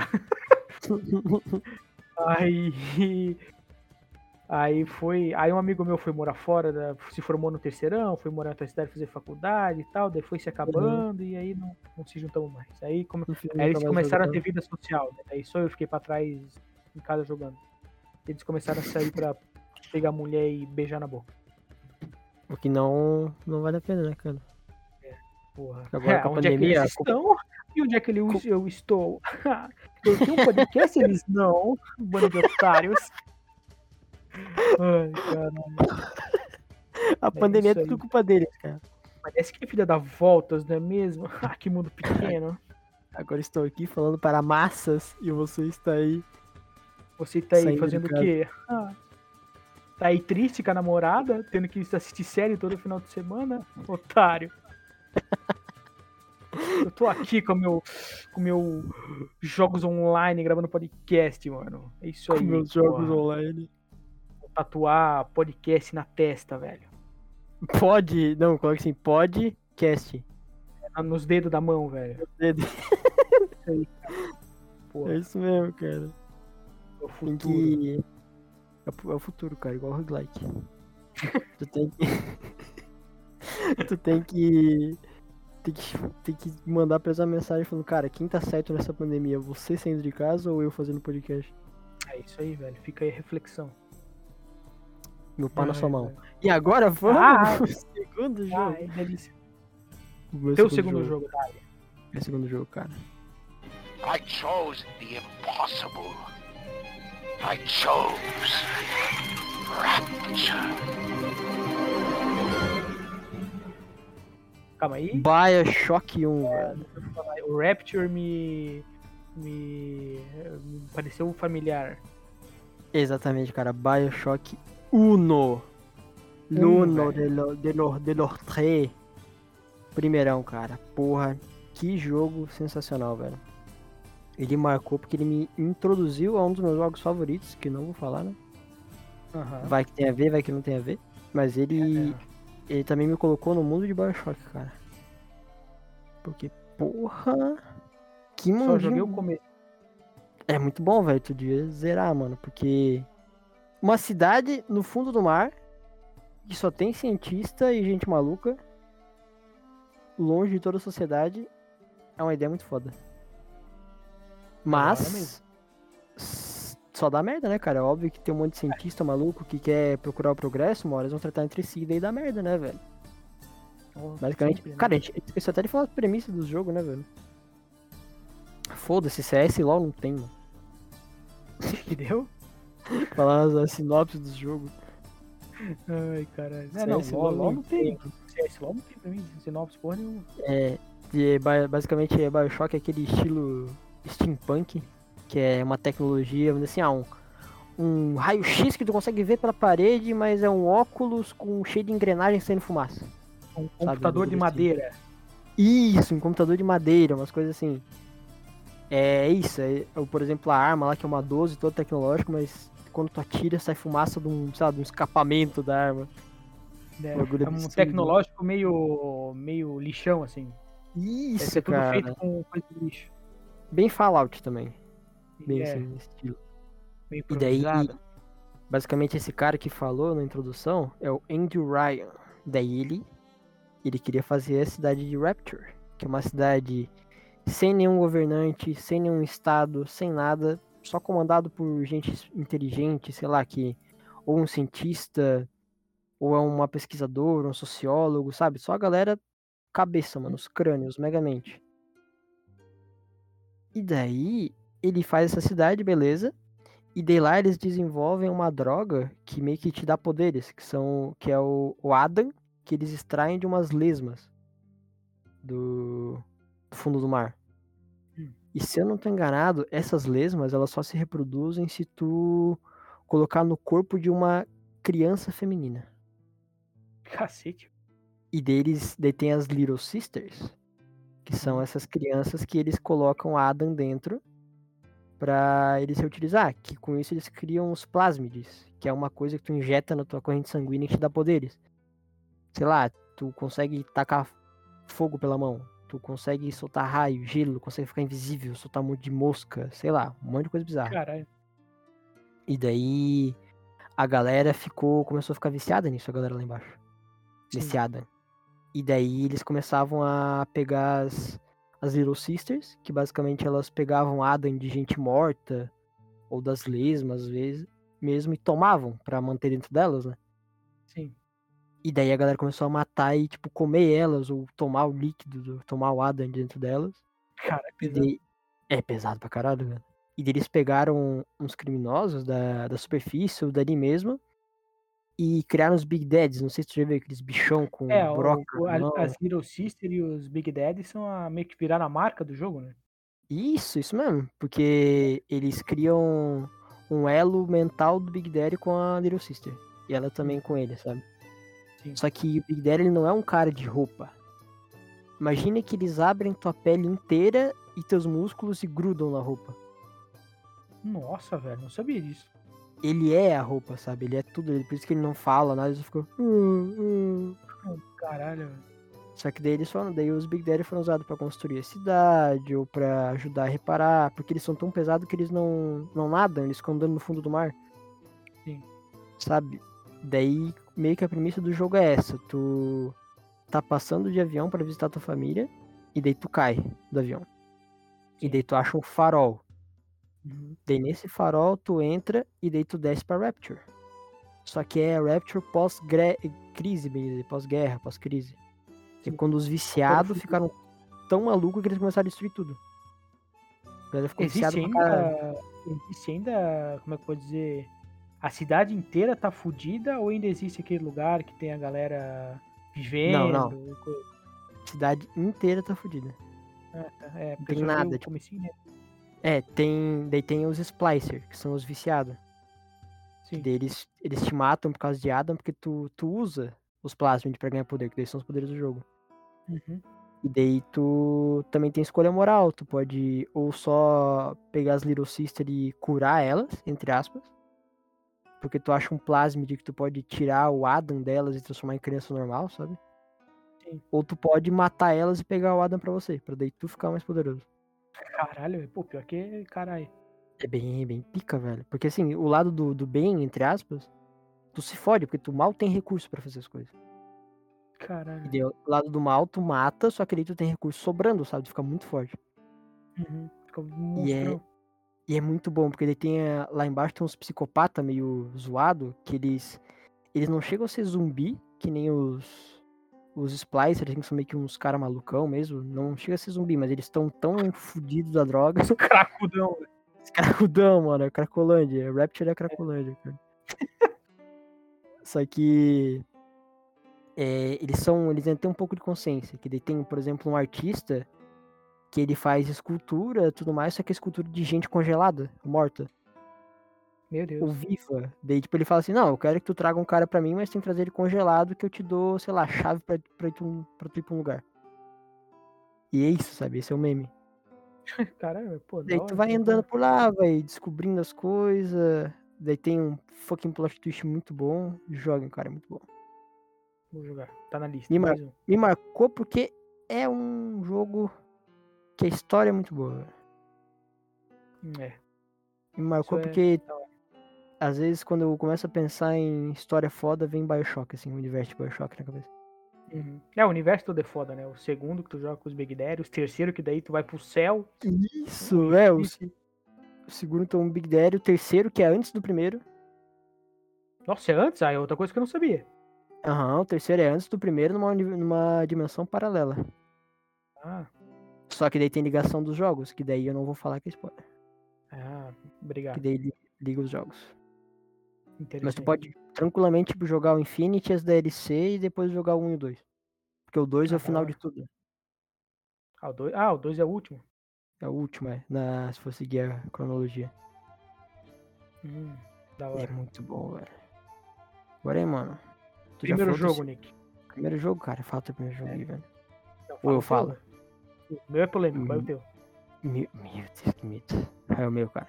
Aí um amigo meu foi morar fora, se formou no terceirão, foi morar na outra cidade fazer faculdade e tal, daí foi se acabando e aí não se juntamos mais. Aí eles começaram a ter vida social, né? Aí só eu fiquei pra trás em casa jogando. Eles começaram a sair pra pegar mulher e beijar na boca. O que não vale a pena, né, cara? Porra. Agora com a onde pandemia, é que eles estão? E onde é que eu estou? Eu tenho um podcast, eles não. Bando de otários. Ai, caralho. A pandemia é isso tudo aí. culpa deles, cara. Parece que é filha dá voltas, não é mesmo? Que mundo pequeno. Agora estou aqui falando para massas e você está aí. Você tá aí Saindo de fazendo o casa. quê? Tá aí triste com a namorada, tendo que assistir série todo final de semana? Otário. Eu tô aqui com meu jogos online, gravando podcast, mano. É isso aí. Com meus porra. jogos online. Vou tatuar podcast na testa, velho. Não, coloca assim, podcast. Nos dedos da mão, velho. Dedo. Isso aí, cara. Porra, É isso mesmo, cara. é o Tem futuro. que. É o futuro, cara, igual o roguelike. Tu tem que. Tu tem que. Tem que mandar pra essa mensagem falando, cara, quem tá certo nessa pandemia? Você saindo de casa ou eu fazendo podcast? É isso aí, velho. Fica aí a reflexão. Meu pau na Ai, sua mão. velho. E agora vamos Ah, pro segundo jogo. Ai, delícia. O meu Teu segundo jogo, tá? É o segundo jogo, cara. I chose the impossible. I chose Rapture. Calma aí. Bioshock 1, velho. O Rapture me pareceu familiar. Exatamente, cara. Bioshock 1. L'uno de los tres. Primeirão, cara. Porra, que jogo sensacional, velho. Ele marcou porque ele me introduziu a um dos meus jogos favoritos, que não vou falar, né? Vai que tem a ver, vai que não tem a ver. Mas ele também me colocou no mundo de Bioshock, cara. Porque, porra, que mundo. Só joguei o começo. É muito bom, velho. Tu devia zerar, mano. Porque uma cidade no fundo do mar que só tem cientista e gente maluca, longe de toda a sociedade, é uma ideia muito foda. Mas só dá merda, né, cara? É óbvio que tem um monte de cientista maluco que quer procurar o progresso, uma hora eles vão tratar entre si e daí dá merda, né, velho? Basicamente, Sempre, né? cara, a gente esqueceu até de falar as premissas do jogo, né, velho? Foda-se, CS e LoL não tem, mano. Entendeu? Falar a sinopse do jogo. Ai, caralho. CS LOL não tem. CS LOL não tem pra mim. Sinopse, porra nenhuma. Basicamente, Bioshock é aquele estilo steampunk, que é uma tecnologia, vamos dizer assim, um raio-x que tu consegue ver pela parede, mas é um óculos cheio de engrenagem saindo fumaça. Um computador de madeira. Isso, um computador de madeira, umas coisas assim. É isso, por exemplo, a arma lá que é uma 12, toda tecnológica, mas quando tu atira sai fumaça de um escapamento da arma. É um tecnológico meio lixão, assim. Isso, Deve ser tudo cara. feito com coisa de lixo. Bem Fallout também. Bem É, assim, nesse estilo. meio E daí, improvisado. basicamente, esse cara que falou na introdução é o Andrew Ryan. Daí ele queria fazer a cidade de Rapture, que é uma cidade sem nenhum governante, sem nenhum estado, sem nada, só comandado por gente inteligente, sei lá, que ou um cientista, ou é uma pesquisadora, um sociólogo, sabe? Só a galera cabeça, mano, os crânios, megamente. E daí ele faz essa cidade, beleza? E daí lá eles desenvolvem uma droga que meio que te dá poderes, que é o Adam, que eles extraem de umas lesmas do fundo do mar. Hum. E se eu não tô enganado, essas lesmas, elas só se reproduzem se tu colocar no corpo de uma criança feminina. Cacete. E daí tem as Little Sisters, que são essas crianças que eles colocam Adam dentro pra eles reutilizar, que com isso eles criam os plásmides, que é uma coisa que tu injeta na tua corrente sanguínea e te dá poderes. Sei lá, tu consegue tacar fogo pela mão, tu consegue soltar raio, gelo, consegue ficar invisível, soltar um monte de mosca, sei lá, um monte de coisa bizarra. Caralho. E daí a galera começou a ficar viciada nisso, a galera lá embaixo. Sim. Viciada. E daí eles começavam a pegar as Little Sisters, que basicamente elas pegavam Adam de gente morta, ou das lesmas, às vezes, mesmo, e tomavam pra manter dentro delas, né? Sim. E daí a galera começou a matar e, tipo, comer elas, ou tomar o líquido, tomar o Adam dentro delas. Cara, é E pesado. daí... É pesado pra caralho, velho. E daí eles pegaram uns criminosos da superfície, ou dali mesmo, e criaram os Big Dads. Não sei se tu já viu aqueles bichão com broca na mão. As Little Sister e os Big Daddy são meio que viraram a marca do jogo, né? Isso mesmo. Porque eles criam um elo mental do Big Daddy com a Little Sister. E ela também com ele, sabe? Sim. Só que o Big Daddy ele não é um cara de roupa. Imagina que eles abrem tua pele inteira e teus músculos se grudam na roupa. Nossa, velho, não sabia disso. Ele é a roupa, sabe? Ele é tudo. Por isso que ele não fala nada, ele fica. Caralho, velho. Só que daí os Big Daddy foram usados pra construir a cidade ou pra ajudar a reparar, porque eles são tão pesados que eles não nadam, eles ficam andando no fundo do mar. Sim. Sabe? Daí meio que a premissa do jogo é essa, tu tá passando de avião pra visitar tua família e daí tu cai do avião. E Sim. daí tu acha um farol. Uhum. Daí nesse farol tu entra e daí tu desce pra Rapture. Só que é Rapture pós-crise, bem dizer, pós-guerra, pós-crise. Que é Sim. quando os viciados ficaram tão malucos que eles começaram a destruir tudo. A galera ficou viciada pra caralho. Existe ainda, como é que eu vou dizer, a cidade inteira tá fudida ou ainda existe aquele lugar que tem a galera vivendo? Não. A cidade inteira tá fodida. É, Não porque tem eu só vi nada, o tipo. comecinho, né? Daí tem os Splicer, que são os viciados. Que Sim. daí eles te matam por causa de Adam, porque tu usa os plasmids pra ganhar poder, que daí são os poderes do jogo. Uhum. E daí tu também tem escolha moral, tu pode ou só pegar as Little Sister e curar elas, entre aspas, porque tu acha um plasmid que tu pode tirar o Adam delas e transformar em criança normal, sabe? Sim. Ou tu pode matar elas e pegar o Adam pra você, pra daí tu ficar mais poderoso. Caralho, pô, pior que caralho. É bem pica, velho. Porque assim, o lado do bem, entre aspas, tu se fode, porque tu mal tem recurso pra fazer as coisas. E Caralho. daí, o lado do mal, tu mata, só que aí tu tem recurso sobrando, sabe? Tu fica muito forte. Uhum. Fica um E é, monstrão. e é muito bom, porque daí lá embaixo tem uns psicopata meio zoado, que eles não chegam a ser zumbi, que nem os Splicers, assim, que são meio que uns cara malucão mesmo. Não chega a ser zumbi, mas eles estão tão fodidos da droga. Cracudão, velho. Cracudão, mano, é Cracolândia. Rapture é Cracolândia, cara. Só que eles ainda têm um pouco de consciência. Que daí tem, por exemplo, um artista que ele faz escultura e tudo mais, só que é escultura de gente congelada, morta, Meu ou Deus. viva. Daí, tipo, ele fala assim, não, eu quero que tu traga um cara pra mim, mas tem que trazer ele congelado, que eu te dou, sei lá, a chave pra tu ir pra um lugar. E é isso, sabe? Esse é o meme. Caralho, pô, da Daí tu hora. vai andando por lá, vai descobrindo as coisas. Daí tem um fucking plot twist muito bom. Joguem, cara, é muito bom. Vou jogar. Tá na lista. Me, Mais um. me marcou porque é um jogo que a história é muito boa. É. Me marcou Isso é porque, da hora. às vezes, quando eu começo a pensar em história foda, vem Bioshock, assim, o universo de Bioshock na cabeça. Uhum. O universo todo é foda, né? O segundo que tu joga com os Big Daddy, o terceiro que daí tu vai pro céu. Isso, o o infinity. segundo tem um Big Daddy, o terceiro, que é antes do primeiro. Nossa, é antes? Ah, é outra coisa que eu não sabia. Aham, o terceiro é antes do primeiro numa dimensão paralela. Ah, Só que daí tem ligação dos jogos, que daí eu não vou falar que é spoiler. Que obrigado. daí liga os jogos. Mas tu Interessante. pode tranquilamente tipo, jogar o Infinity, as DLC e depois jogar o 1 e o 2. Porque o 2 é o Da final hora. de tudo. O 2 é o último. É o último, se for seguir a cronologia. Da É hora. muito bom, velho. Agora aí, mano. Tu Primeiro já falou jogo, Nick. primeiro jogo, cara? Falta o primeiro jogo aí, velho. Não, Ou eu o teu, falo? velho. O meu é polêmico, vai o teu. Meu Deus, que mito. É o meu, cara.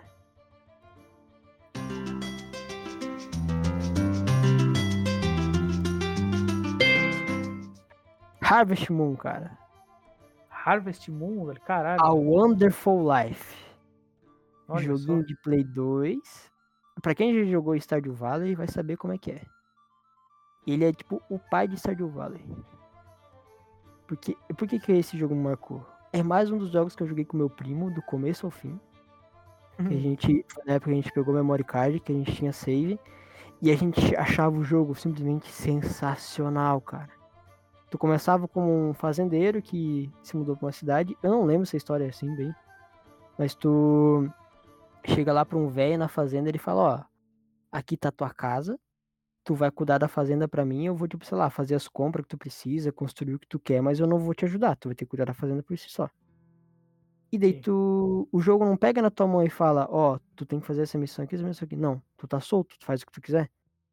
Harvest Moon, cara. Harvest Moon, velho. Caralho. A Wonderful Life. Olha Joguinho só. de Play 2. Pra quem já jogou Stardew Valley, vai saber como é que é. Ele é tipo o pai de Stardew Valley. Por que esse jogo me marcou? É mais um dos jogos que eu joguei com meu primo, do começo ao fim. Que na época a gente pegou memory card, que a gente tinha save. E a gente achava o jogo simplesmente sensacional, cara. Tu começava como um fazendeiro que se mudou pra uma cidade. Eu não lembro se a história é assim, bem. Mas tu chega lá pra um velho na fazenda e ele fala, ó, aqui tá tua casa, tu vai cuidar da fazenda pra mim, eu vou, tipo, sei lá, fazer as compras que tu precisa, construir o que tu quer, mas eu não vou te ajudar, tu vai ter que cuidar da fazenda por si só. E daí Sim. o jogo não pega na tua mão e fala, ó, tu tem que fazer essa missão aqui, essa missão aqui. Não, tu tá solto, tu faz o que tu quiser.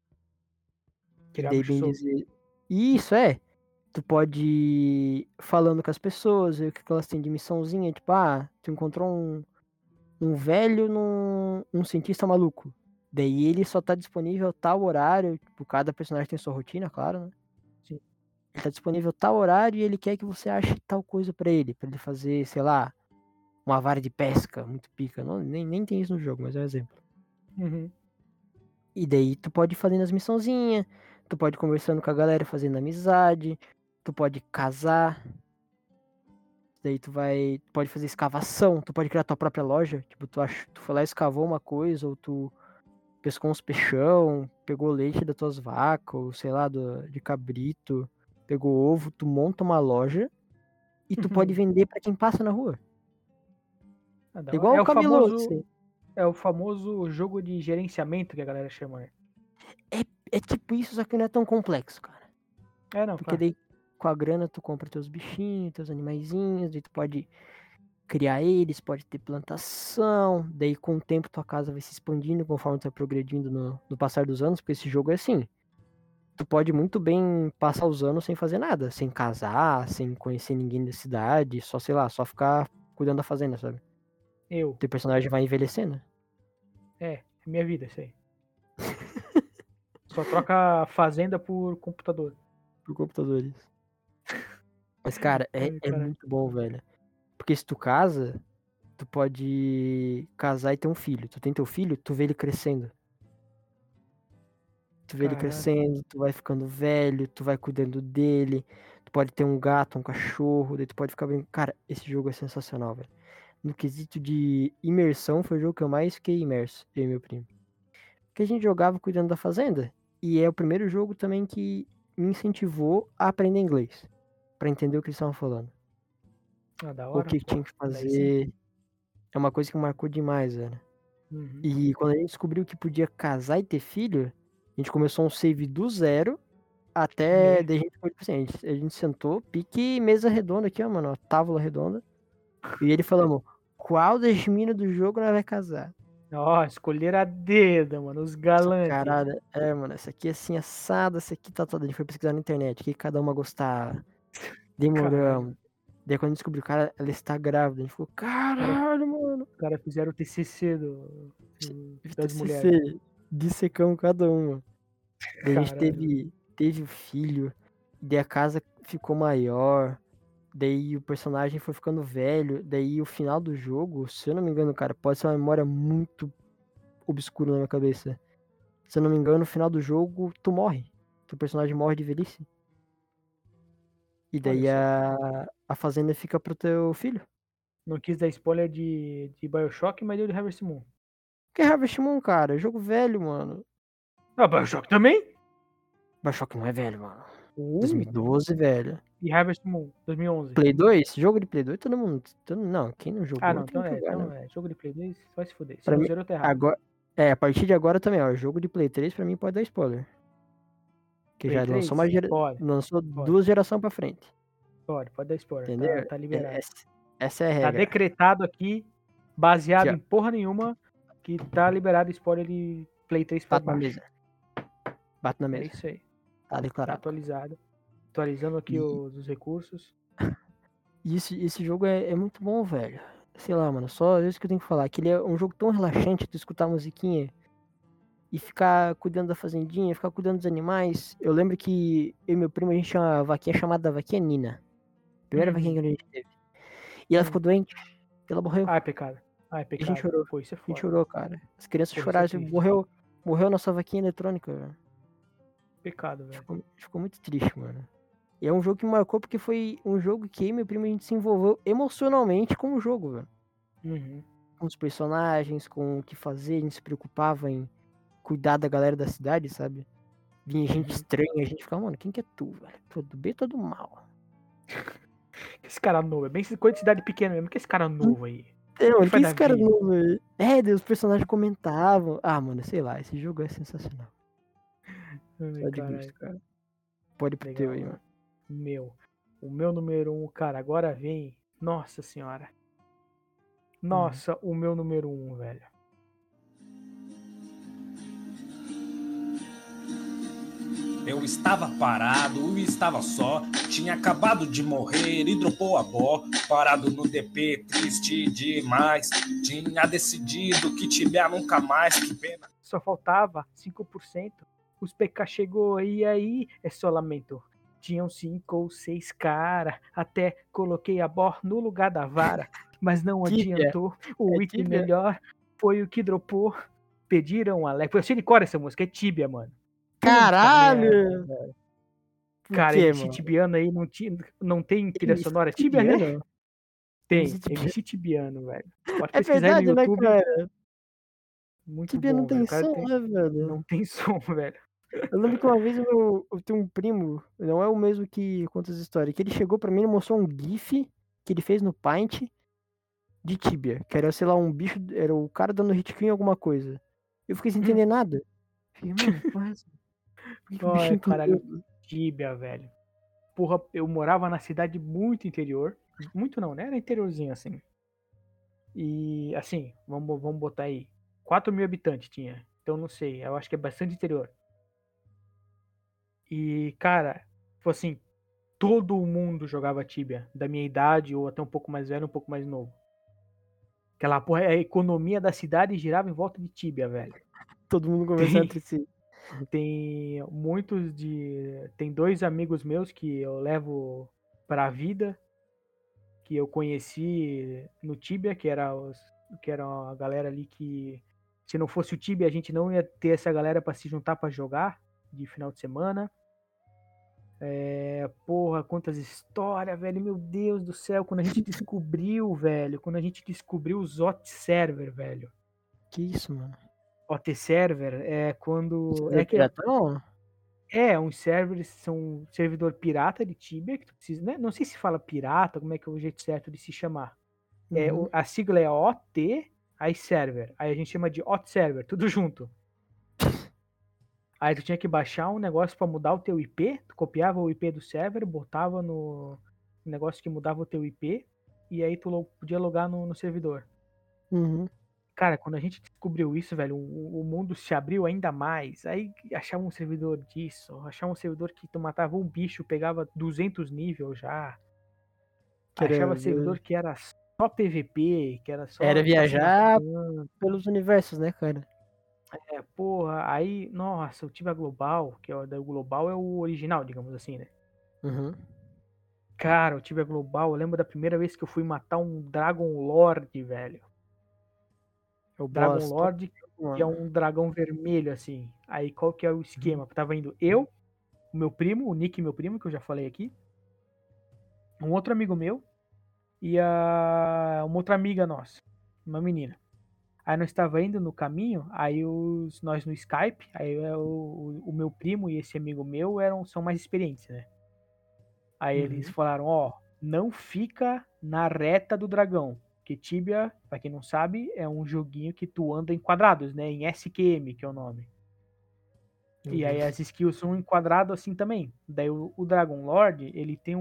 E Tirar daí bicho bem solto. dizer, isso tu pode ir falando com as pessoas, ver o que elas têm de missãozinha, tipo, tu encontrou um velho num cientista maluco. Daí ele só tá disponível tal horário, tipo, cada personagem tem sua rotina, claro, né? Sim. Ele tá disponível tal horário e ele quer que você ache tal coisa pra ele fazer, sei lá, uma vara de pesca, muito pica. Não, nem tem isso no jogo, mas é um exemplo. Uhum. E daí tu pode ir fazendo as missãozinhas, tu pode ir conversando com a galera, fazendo amizade, tu pode casar. Daí tu pode fazer escavação, tu pode criar tua própria loja. Tipo, tu foi lá e escavou uma coisa, ou tu pescou uns peixão, pegou leite das tuas vacas, ou sei lá, de cabrito, pegou ovo, tu monta uma loja e tu pode vender pra quem passa na rua. Da hora. Igual o camelô, assim. É o famoso jogo de gerenciamento que a galera chama, né? É tipo isso, só que não é tão complexo, cara. Não, Porque claro. daí com a grana tu compra teus bichinhos, teus animaizinhos, daí tu pode criar eles, pode ter plantação, daí com o tempo tua casa vai se expandindo conforme tu vai progredindo no passar dos anos, porque esse jogo é assim. Tu pode muito bem passar os anos sem fazer nada, sem casar, sem conhecer ninguém da cidade, só, sei lá, só ficar cuidando da fazenda, sabe? Teu personagem vai envelhecendo. É minha vida isso aí. Só troca a fazenda por computador. Por computadores. Mas, cara, é Cara. muito bom, velho. Porque se tu casa, tu pode casar e ter um filho. Tu tem teu filho, tu vê ele crescendo. Tu vê ele Caralho. crescendo, tu vai ficando velho, tu vai cuidando dele. Tu pode ter um gato, um cachorro, daí tu pode ficar brincando. Cara, esse jogo é sensacional, velho. No quesito de imersão, foi o jogo que eu mais fiquei imerso, eu e meu primo. Porque a gente jogava cuidando da fazenda. E é o primeiro jogo também que me incentivou a aprender inglês. Pra entender o que eles estavam falando. Da O hora. que tinha que Daí sim. fazer. É uma coisa que marcou demais, velho. Uhum. E quando a gente descobriu que podia casar e ter filho, a gente começou um save do zero até. Daí a gente foi, tipo assim, a gente sentou, pique mesa redonda aqui, ó, mano, ó, tábua redonda. E ele falou, qual das minas do jogo nós vai casar? Escolher a dedo, mano, os galantes. Caralho, mano, essa aqui é assim, assada, essa aqui tá toda. A gente foi pesquisar na internet, o que cada uma gostava. Demoramos. Daí quando a gente descobriu, cara, ela está grávida. A gente ficou, caralho, mano. Os caras fizeram o TCC das TCC, mulheres. dissecamos cada uma. Daí a gente Caralho. teve o filho, daí a casa ficou maior, daí o personagem foi ficando velho, daí o final do jogo, se eu não me engano, cara, pode ser uma memória muito obscuro na minha cabeça. Se eu não me engano, no final do jogo, tu morre. Teu personagem morre de velhice. E daí a fazenda fica pro teu filho. Não quis dar spoiler de Bioshock, mas deu de Harvest Moon. Que é Harvest Moon, cara? Jogo velho, mano. Ah, Bioshock também? Bioshock não é velho, mano. Uh, 2012, velho. E Harvest Moon, 2011. Play 2? Jogo de Play 2, todo mundo. Não, quem não jogou Ah, não, tem então que jogar, então né? jogo de Play 2, vai se fuder. Se Pra não mim, zerou, tá errado. agora, a partir de agora também, ó. Jogo de Play 3 pra mim pode dar spoiler. Que Play já 3? lançou Pode, lançou 2 gerações pra frente. pode dar spoiler, Entendeu? tá liberado. Essa é a Tá regra. decretado aqui, baseado Aqui, em porra nenhuma, que tá liberado spoiler de Play 3 pra Bate na baixo. mesa. Bate na É mesa. isso aí, Tá tá declarado. atualizado. Atualizando aqui E- os recursos. E esse jogo é muito bom, velho. Sei lá, mano. Só isso que eu tenho que falar. Que ele é um jogo tão relaxante, tu escutar a musiquinha e ficar cuidando da fazendinha, ficar cuidando dos animais. Eu lembro que eu e meu primo, a gente tinha uma vaquinha chamada Vaquinha Nina. Primeira vaquinha que a gente teve. E ela ficou doente. Ela morreu. Ai, pecado. E a gente chorou. Pô, isso é A gente foda. chorou, cara. As crianças Pô, isso é choraram. triste. Morreu nossa vaquinha eletrônica, velho. Pecado, velho. Ficou muito triste, mano. E é um jogo que me marcou porque foi um jogo que eu e meu primo a gente se envolveu emocionalmente com o jogo, velho. Uhum. Com os personagens, com o que fazer, a gente se preocupava em cuidar da galera da cidade, sabe? Vinha gente estranha, a gente ficava, mano, quem que é tu, velho? Tu é do bem ou tu é do mal? Esse cara novo, é bem coisa de cidade pequena mesmo. Que esse cara novo aí? Mano, faz quem da esse cara vida? novo, velho? Os personagens comentavam. Ah, mano, sei lá, esse jogo é sensacional. Ai, Só de caralho. gosto, cara. Pode ir pro Legal, teu aí, mano. O meu número 1, cara, agora vem. Nossa senhora. Nossa, o meu número 1, velho. Eu estava parado, eu estava só, tinha acabado de morrer e dropou a bó. Parado no DP, triste demais, tinha decidido que Tibia nunca mais, que pena. Só faltava 5%. Os PK chegou e aí é só lamento. Tinham 5 ou 6 cara, até coloquei a bó no lugar da vara, mas não Tibia. adiantou. O wiki Tibia? melhor foi o que dropou. Pediram Alex. Eu sei de cor essa música, é Tibia, mano. Puta Caralho! merda. Por Cara, quê, MC mano? Tibiano aí não tem trilha MC sonora. Tibia, né? Tibiano? Tem. MC Tibiano. MC Tibiano, velho. Pode É pesquisar aí no verdade, né, YouTube. cara? Muito Tibia bom, não tem velho. O cara som, né, velho? não tem som, velho. Eu lembro que uma vez eu tenho um primo, não é o mesmo que conta as histórias, que ele chegou pra mim e mostrou um GIF que ele fez no Paint de Tibia, que era, sei lá, um bicho, era o cara dando hit kill em alguma coisa. Eu fiquei sem entender nada. Fiquei, mano, que porra é essa? Por que o Olha, bichinho tá caralho, andando? Tibia, velho. Porra, eu morava na cidade muito interior. Muito não, né? Era interiorzinho assim. E assim, vamos botar aí. 4.000 habitantes tinha. Então não sei, eu acho que é bastante interior. E, cara, tipo assim, todo mundo jogava Tibia, da minha idade ou até um pouco mais velho, um pouco mais novo. Aquela porra, a economia da cidade girava em volta de Tibia, velho. Todo mundo conversando entre si. Tem tem 2 amigos meus que eu levo pra vida, que eu conheci no Tibia, que era a galera ali que, se não fosse o Tibia, a gente não ia ter essa galera pra se juntar pra jogar de final de semana. Porra, quantas histórias, velho, meu Deus do céu, quando a gente descobriu, velho, os OT Server, velho. Que isso, mano? OT Server é quando... Você é piratão? Uns servers são servidor pirata de Tibia, que tu precisa, né? Não sei se fala pirata, como é que é o jeito certo de se chamar. Uhum. A sigla é OT, aí server. Aí a gente chama de OT Server, tudo junto. Aí tu tinha que baixar um negócio pra mudar o teu IP, tu copiava o IP do server, botava no negócio que mudava o teu IP, e aí tu podia logar no servidor. Uhum. Cara, quando a gente descobriu isso, velho, o mundo se abriu ainda mais. Aí achava um servidor disso, achava um servidor que tu matava um bicho, pegava 200 níveis já. Achava servidor que era só PVP, que era só... Era pra se viajar matando. pelos universos, né, cara? Porra, aí, nossa, o Tibia Global, que é o Global, é o original, digamos assim, né? Uhum. Cara, o Tibia Global, eu lembro da primeira vez que eu fui matar um Dragon Lord, velho. É o Dragon boss. Lord, que é um dragão vermelho, assim. Aí qual que é o esquema? Tava indo eu, o meu primo, o Nick, meu primo, que eu já falei aqui, um outro amigo meu e uma outra amiga nossa, uma menina. Aí nós estava indo no caminho, aí nós no Skype, aí o meu primo e esse amigo meu são mais experientes, né? Aí eles falaram, ó, não fica na reta do dragão. Que Tibia, pra quem não sabe, é um joguinho que tu anda em quadrados, né? Em SQM, que é o nome. E aí as skills são em quadrado assim também. Daí o Dragon Lord, ele tem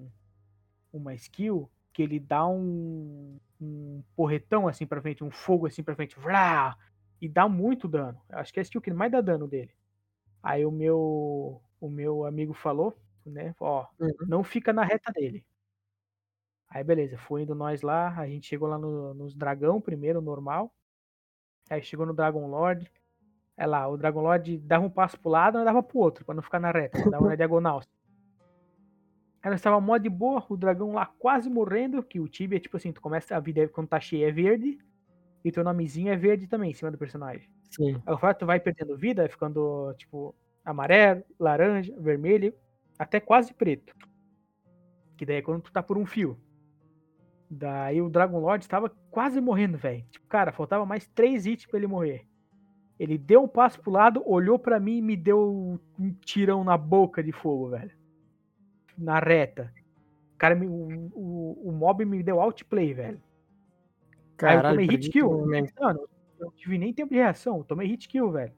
uma skill que ele dá um porretão assim pra frente, um fogo assim pra frente, vrá, e dá muito dano. Acho que é a skill que mais dá dano dele. Aí o meu amigo falou, né, ó, não fica na reta dele. Aí beleza, foi indo nós lá, a gente chegou lá nos dragão primeiro, normal. Aí chegou no Dragon Lord. É lá, o Dragon Lord dava um passo pro lado, mas dava pro outro, pra não ficar na reta, né? Dava na diagonal. Aí nós tava mó de boa, o dragão lá quase morrendo, que o Tibia, tipo assim, tu começa a vida quando tá cheia é verde, e teu nomezinho é verde também, em cima do personagem. Sim. Aí o fato tu vai perdendo vida, vai ficando, tipo, amarelo, laranja, vermelho, até quase preto. Que daí é quando tu tá por um fio. Daí o Dragon Lord estava quase morrendo, velho. Tipo, cara, faltava mais 3 hits pra ele morrer. Ele deu um passo pro lado, olhou pra mim e me deu um tirão na boca de fogo, velho. Na reta. Cara, o mob me deu outplay, velho. Caralho, aí eu tomei hit perdi kill. todo momento. Mano, eu não tive nem tempo de reação. Eu tomei hit kill, velho.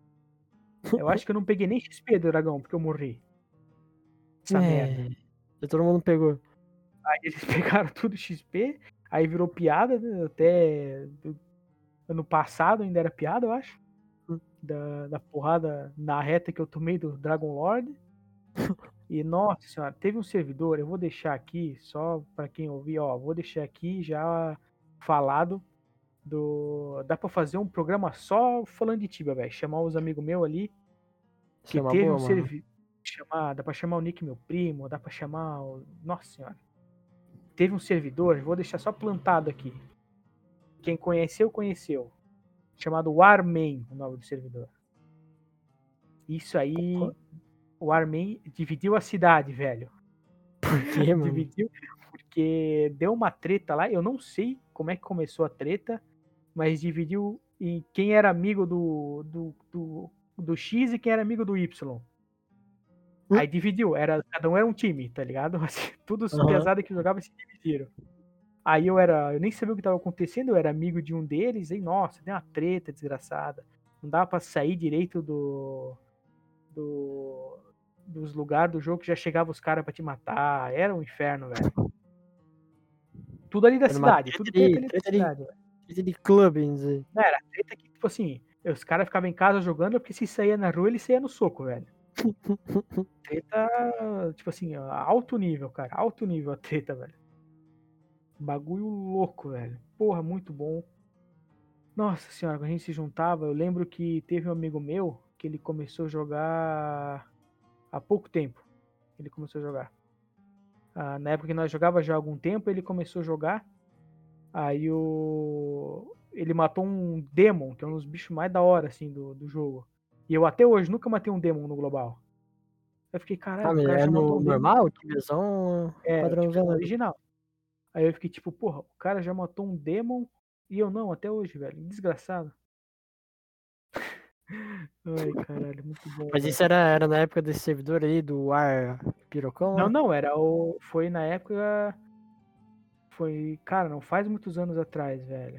Eu acho que eu não peguei nem XP do dragão, porque eu morri. Essa merda. E todo mundo pegou. Aí eles pegaram tudo XP, aí virou piada, né? Até ano passado ainda era piada, eu acho. Da porrada na reta que eu tomei do Dragon Lord. E nossa senhora, teve um servidor, eu vou deixar aqui, só pra quem ouvir, ó, vou deixar aqui já falado dá pra fazer um programa só falando de Tibia, velho. Chamar os amigos meus ali, que Chama teve boa, um mano. servidor. Dá pra chamar o Nick, meu primo, dá pra chamar Nossa senhora. Teve um servidor, vou deixar só plantado aqui. Quem conheceu, conheceu. Chamado Warman, o nome do servidor. Isso aí, o Warman dividiu a cidade, velho. Por quê, mano? Dividiu porque deu uma treta lá. Eu não sei como é que começou a treta, mas dividiu em quem era amigo do X e quem era amigo do Y. Aí dividiu, cada um era um time, tá ligado? Assim, tudo os pesados que jogavam se dividiram. Aí eu nem sabia o que tava acontecendo, eu era amigo de um deles, e nossa, deu uma treta desgraçada. Não dava pra sair direito dos lugares do jogo que já chegava os caras pra te matar. Era um inferno, velho. Tudo ali da cidade, tudo treta ali da cidade, velho. Treta de clube, vamos dizer. Não, era treta que, tipo assim, os caras ficavam em casa jogando, porque se saía na rua, ele saía no soco, velho. Treta, tipo assim, alto nível, cara. Alto nível a treta, velho. Bagulho louco, velho. Porra, muito bom. Nossa senhora, quando a gente se juntava, eu lembro que teve um amigo meu que ele começou a jogar há pouco tempo. Ele começou a jogar. Na época que nós jogava já há algum tempo, ele começou a jogar. Aí ele matou um Demon, que é um dos bichos mais da hora, assim, do jogo. E eu até hoje nunca matei um Demon no global. Eu fiquei, caralho, o cara já matou um Demon. Normal? Tibiazão? Padrãozão tipo, original. Aí eu fiquei tipo, porra, o cara já matou um Demon e eu não, até hoje, velho. Desgraçado. Ai, caralho, muito bom. Mas velho. isso era na época desse servidor aí, do Ar Pirocão? Não, foi na época... Cara, não faz muitos anos atrás, velho.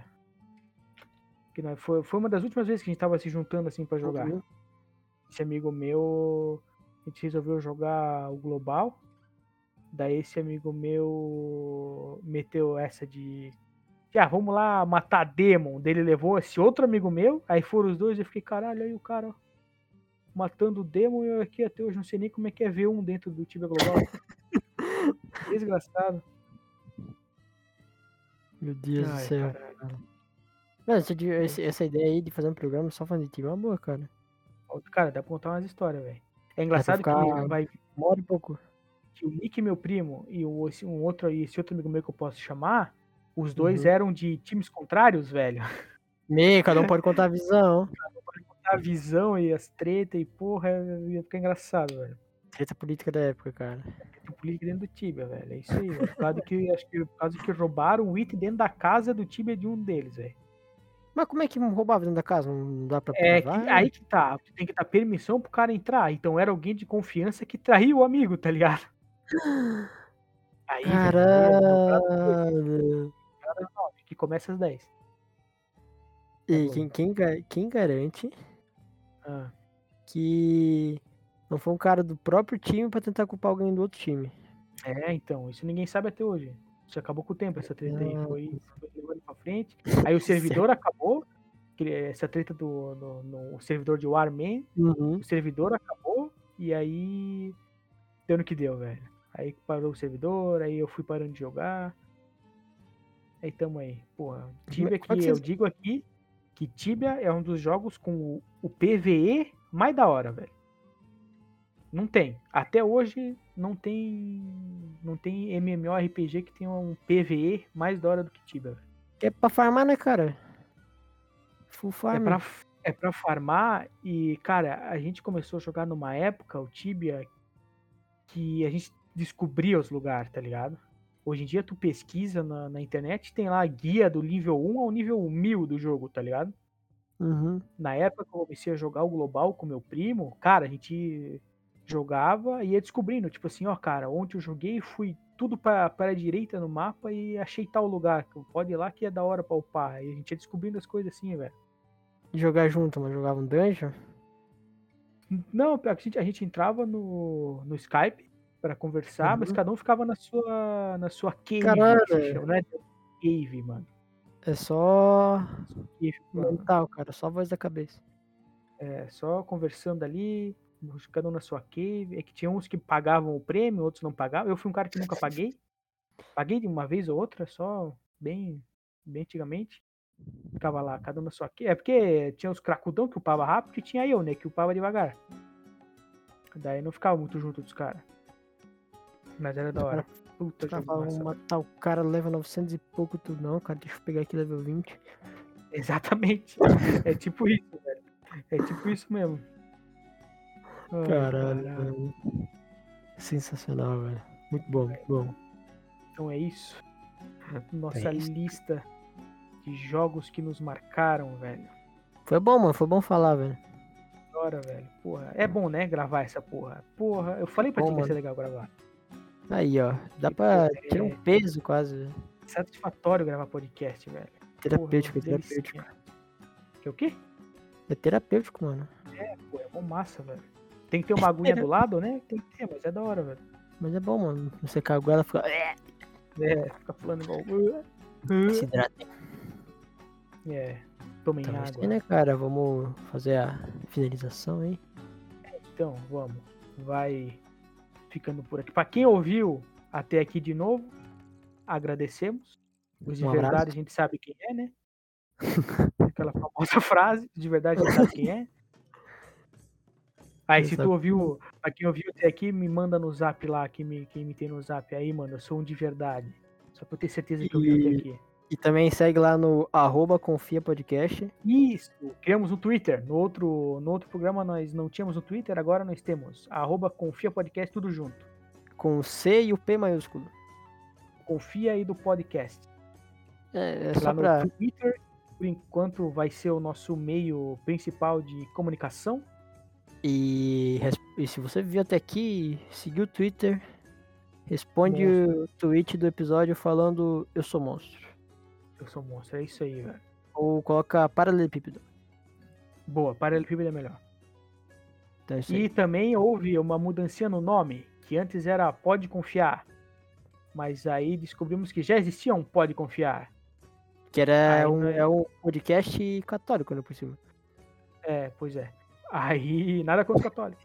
Foi uma das últimas vezes que a gente tava se juntando assim pra jogar. Esse amigo meu, a gente resolveu jogar o Global. Daí esse amigo meu meteu essa de... vamos lá matar Demon. Daí ele levou esse outro amigo meu, aí foram os dois e eu fiquei, caralho, aí o cara matando o Demon e eu aqui até hoje não sei nem como é que é ver um dentro do Tibia Global. Desgraçado. Meu Deus do céu. Não, essa ideia aí de fazer um programa só falando de Tibia é uma boa, cara. Cara, dá pra contar umas histórias, velho. É engraçado que vai... Mora um pouco. Que o Nick, meu primo, e esse outro amigo meu que eu posso chamar, os dois eram de times contrários, velho. Cada um pode contar a visão. A visão e as tretas e porra, ia ficar engraçado, velho. Treta política da época, cara. Tem política dentro do Tibia, velho. É isso aí, velho. Por causa que roubaram o item dentro da casa do Tibia de um deles, velho. Mas como é que roubava dentro da casa? Não dá pra É provar? que, aí que tá. Tu tem que dar permissão pro cara entrar. Então era alguém de confiança que traiu o amigo, tá ligado? Aí, velho, Caralho. que começa às 10. E bom. quem garante Ah, que não foi um cara do próprio time pra tentar culpar alguém do outro time? então, isso ninguém sabe até hoje. Isso acabou com o tempo, essa treta aí. Ah. Foi levando pra frente. Aí o servidor acabou. Essa treta no servidor de Warman. Uhum. O servidor acabou. E aí deu no que deu, velho. Aí parou o servidor. Aí eu fui parando de jogar. Aí tamo aí. Porra, Tibia Como é que que eu digo aqui que Tibia é um dos jogos com o PvE mais da hora, velho. Não tem. Até hoje não tem MMORPG que tenha um PvE mais da hora do que Tibia, velho. É pra farmar, né, cara? Full farm. É pra farmar e, cara, a gente começou a jogar numa época, o Tibia, que a gente descobria os lugares, tá ligado? Hoje em dia tu pesquisa na internet, tem lá a guia do nível 1 ao nível 1000 do jogo, tá ligado? Uhum. Na época que eu comecei a jogar o Global com meu primo, cara, a gente jogava e ia descobrindo, tipo assim, ó, cara, ontem eu joguei, fui tudo para a direita no mapa e achei tal lugar, pode ir lá que é da hora pra upar. E a gente ia descobrindo as coisas assim, velho. Jogar junto, mas jogava um dungeon? Não, a gente entrava no Skype pra conversar, mas Uhum. cada um ficava na sua cave, Caralho. que se chama, né? Cave, mano. É só Cave, mano. mental, cara. Só voz da cabeça. É, só conversando ali, cada um na sua cave. É que tinha uns que pagavam o prêmio, outros não pagavam. Eu fui um cara que nunca paguei. Paguei de uma vez ou outra, só bem antigamente. Ficava lá, cada um na sua cave. É porque tinha os cracudão que upava rápido e tinha eu, né, que upava devagar. Daí não ficava muito junto dos caras. Mas era da hora. Puta, Cara, jogo massa. vamos matar o cara, level 900 e pouco, tu não, cara. Deixa eu pegar aqui level 20. Exatamente. É tipo isso, velho. É tipo isso mesmo. Ai, Caralho, velho. Sensacional, velho. Muito bom, muito bom. Então é isso. Nossa É isso. lista de jogos que nos marcaram, velho. Foi bom, mano. Foi bom falar, velho. Da hora, velho. Porra, é bom, né, gravar essa porra. Porra, eu falei pra Bom, ti que ia ser mano. legal gravar. Aí, ó. Dá Tipo, pra tirar um peso quase, velho. Satisfatório gravar podcast, velho. Terapêutico, Porra, terapêutico. delicinha. Que o quê? É terapêutico, mano. Pô, é bom massa, velho. Tem que ter uma aguinha do lado, né? Tem que ter, mas é da hora, velho. Mas é bom, mano. Você cagou, ela fica. Fica falando igual. Se hidrata. Tomem Então, é isso água. aí, né, cara? Vamos fazer a finalização aí. Então, vamos. Vai ficando por aqui. Pra quem ouviu até aqui de novo, agradecemos. Os de Um verdade abraço. a gente sabe quem é, né? Aquela famosa frase, de verdade a gente sabe quem é. Aí, se tu ouviu, pra quem ouviu até aqui, me manda no zap lá, quem me tem no zap aí, mano, eu sou um de verdade. Só pra eu ter certeza que ouviu até aqui. E também segue lá no @confiapodcast. Isso, criamos um Twitter. No outro programa nós não tínhamos um Twitter, agora nós temos @confiapodcast, tudo junto. Com C e o P maiúsculo. Confia aí do podcast. É Lá só no pra... Twitter, por enquanto vai ser o nosso meio principal de comunicação. E se você viu até aqui, seguiu o Twitter, responde o tweet do episódio falando eu sou monstro. Eu sou monstro, é isso aí, velho. Ou coloca paralelepípedo. Boa, paralelepípedo é melhor. Então é isso aí. E também houve uma mudança no nome, que antes era Pode Confiar. Mas aí descobrimos que já existia um Pode Confiar. Que Aí é um podcast católico, né, por cima. Pois é. Aí, nada contra os católicos.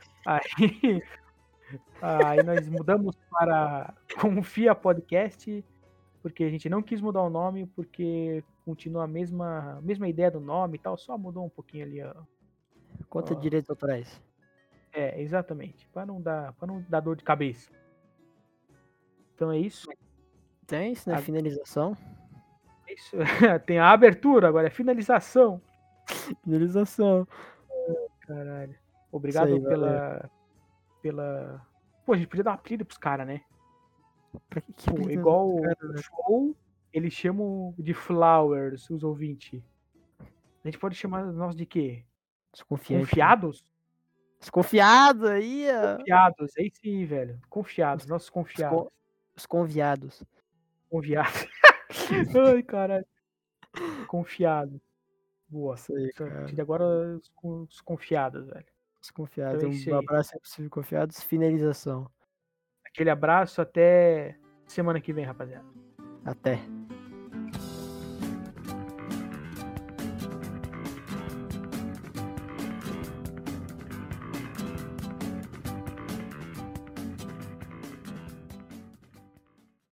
Aí nós mudamos para Confia Podcast, porque a gente não quis mudar o nome, porque continua a mesma ideia do nome e tal, só mudou um pouquinho ali, ó. Conta de direitos autorais. Exatamente, para não dar dor de cabeça. Então é isso. Então é isso, né? Finalização. Isso. Tem a abertura, agora é finalização. Finalização. Caralho. Isso Obrigado aí, valeu. pela. Pô, a gente podia dar um apelido pros caras, né? Pra que Pô, apelido igual dos o caras, né? show, eles chamam de Flowers, os ouvintes. A gente pode chamar nós de quê? Desconfiante. Confiados? Desconfiado aí, ó. Confiados, é isso aí, velho. Confiados, nossos confiados. Os conviados. Confiados. Ai, caralho. Confiados. Boa. Isso aí, A partir cara. de agora, os confiados, velho. Desconfiados. Então é isso Um aí. abraço aí pros confiados. Finalização. Aquele abraço, até semana que vem, rapaziada. Até.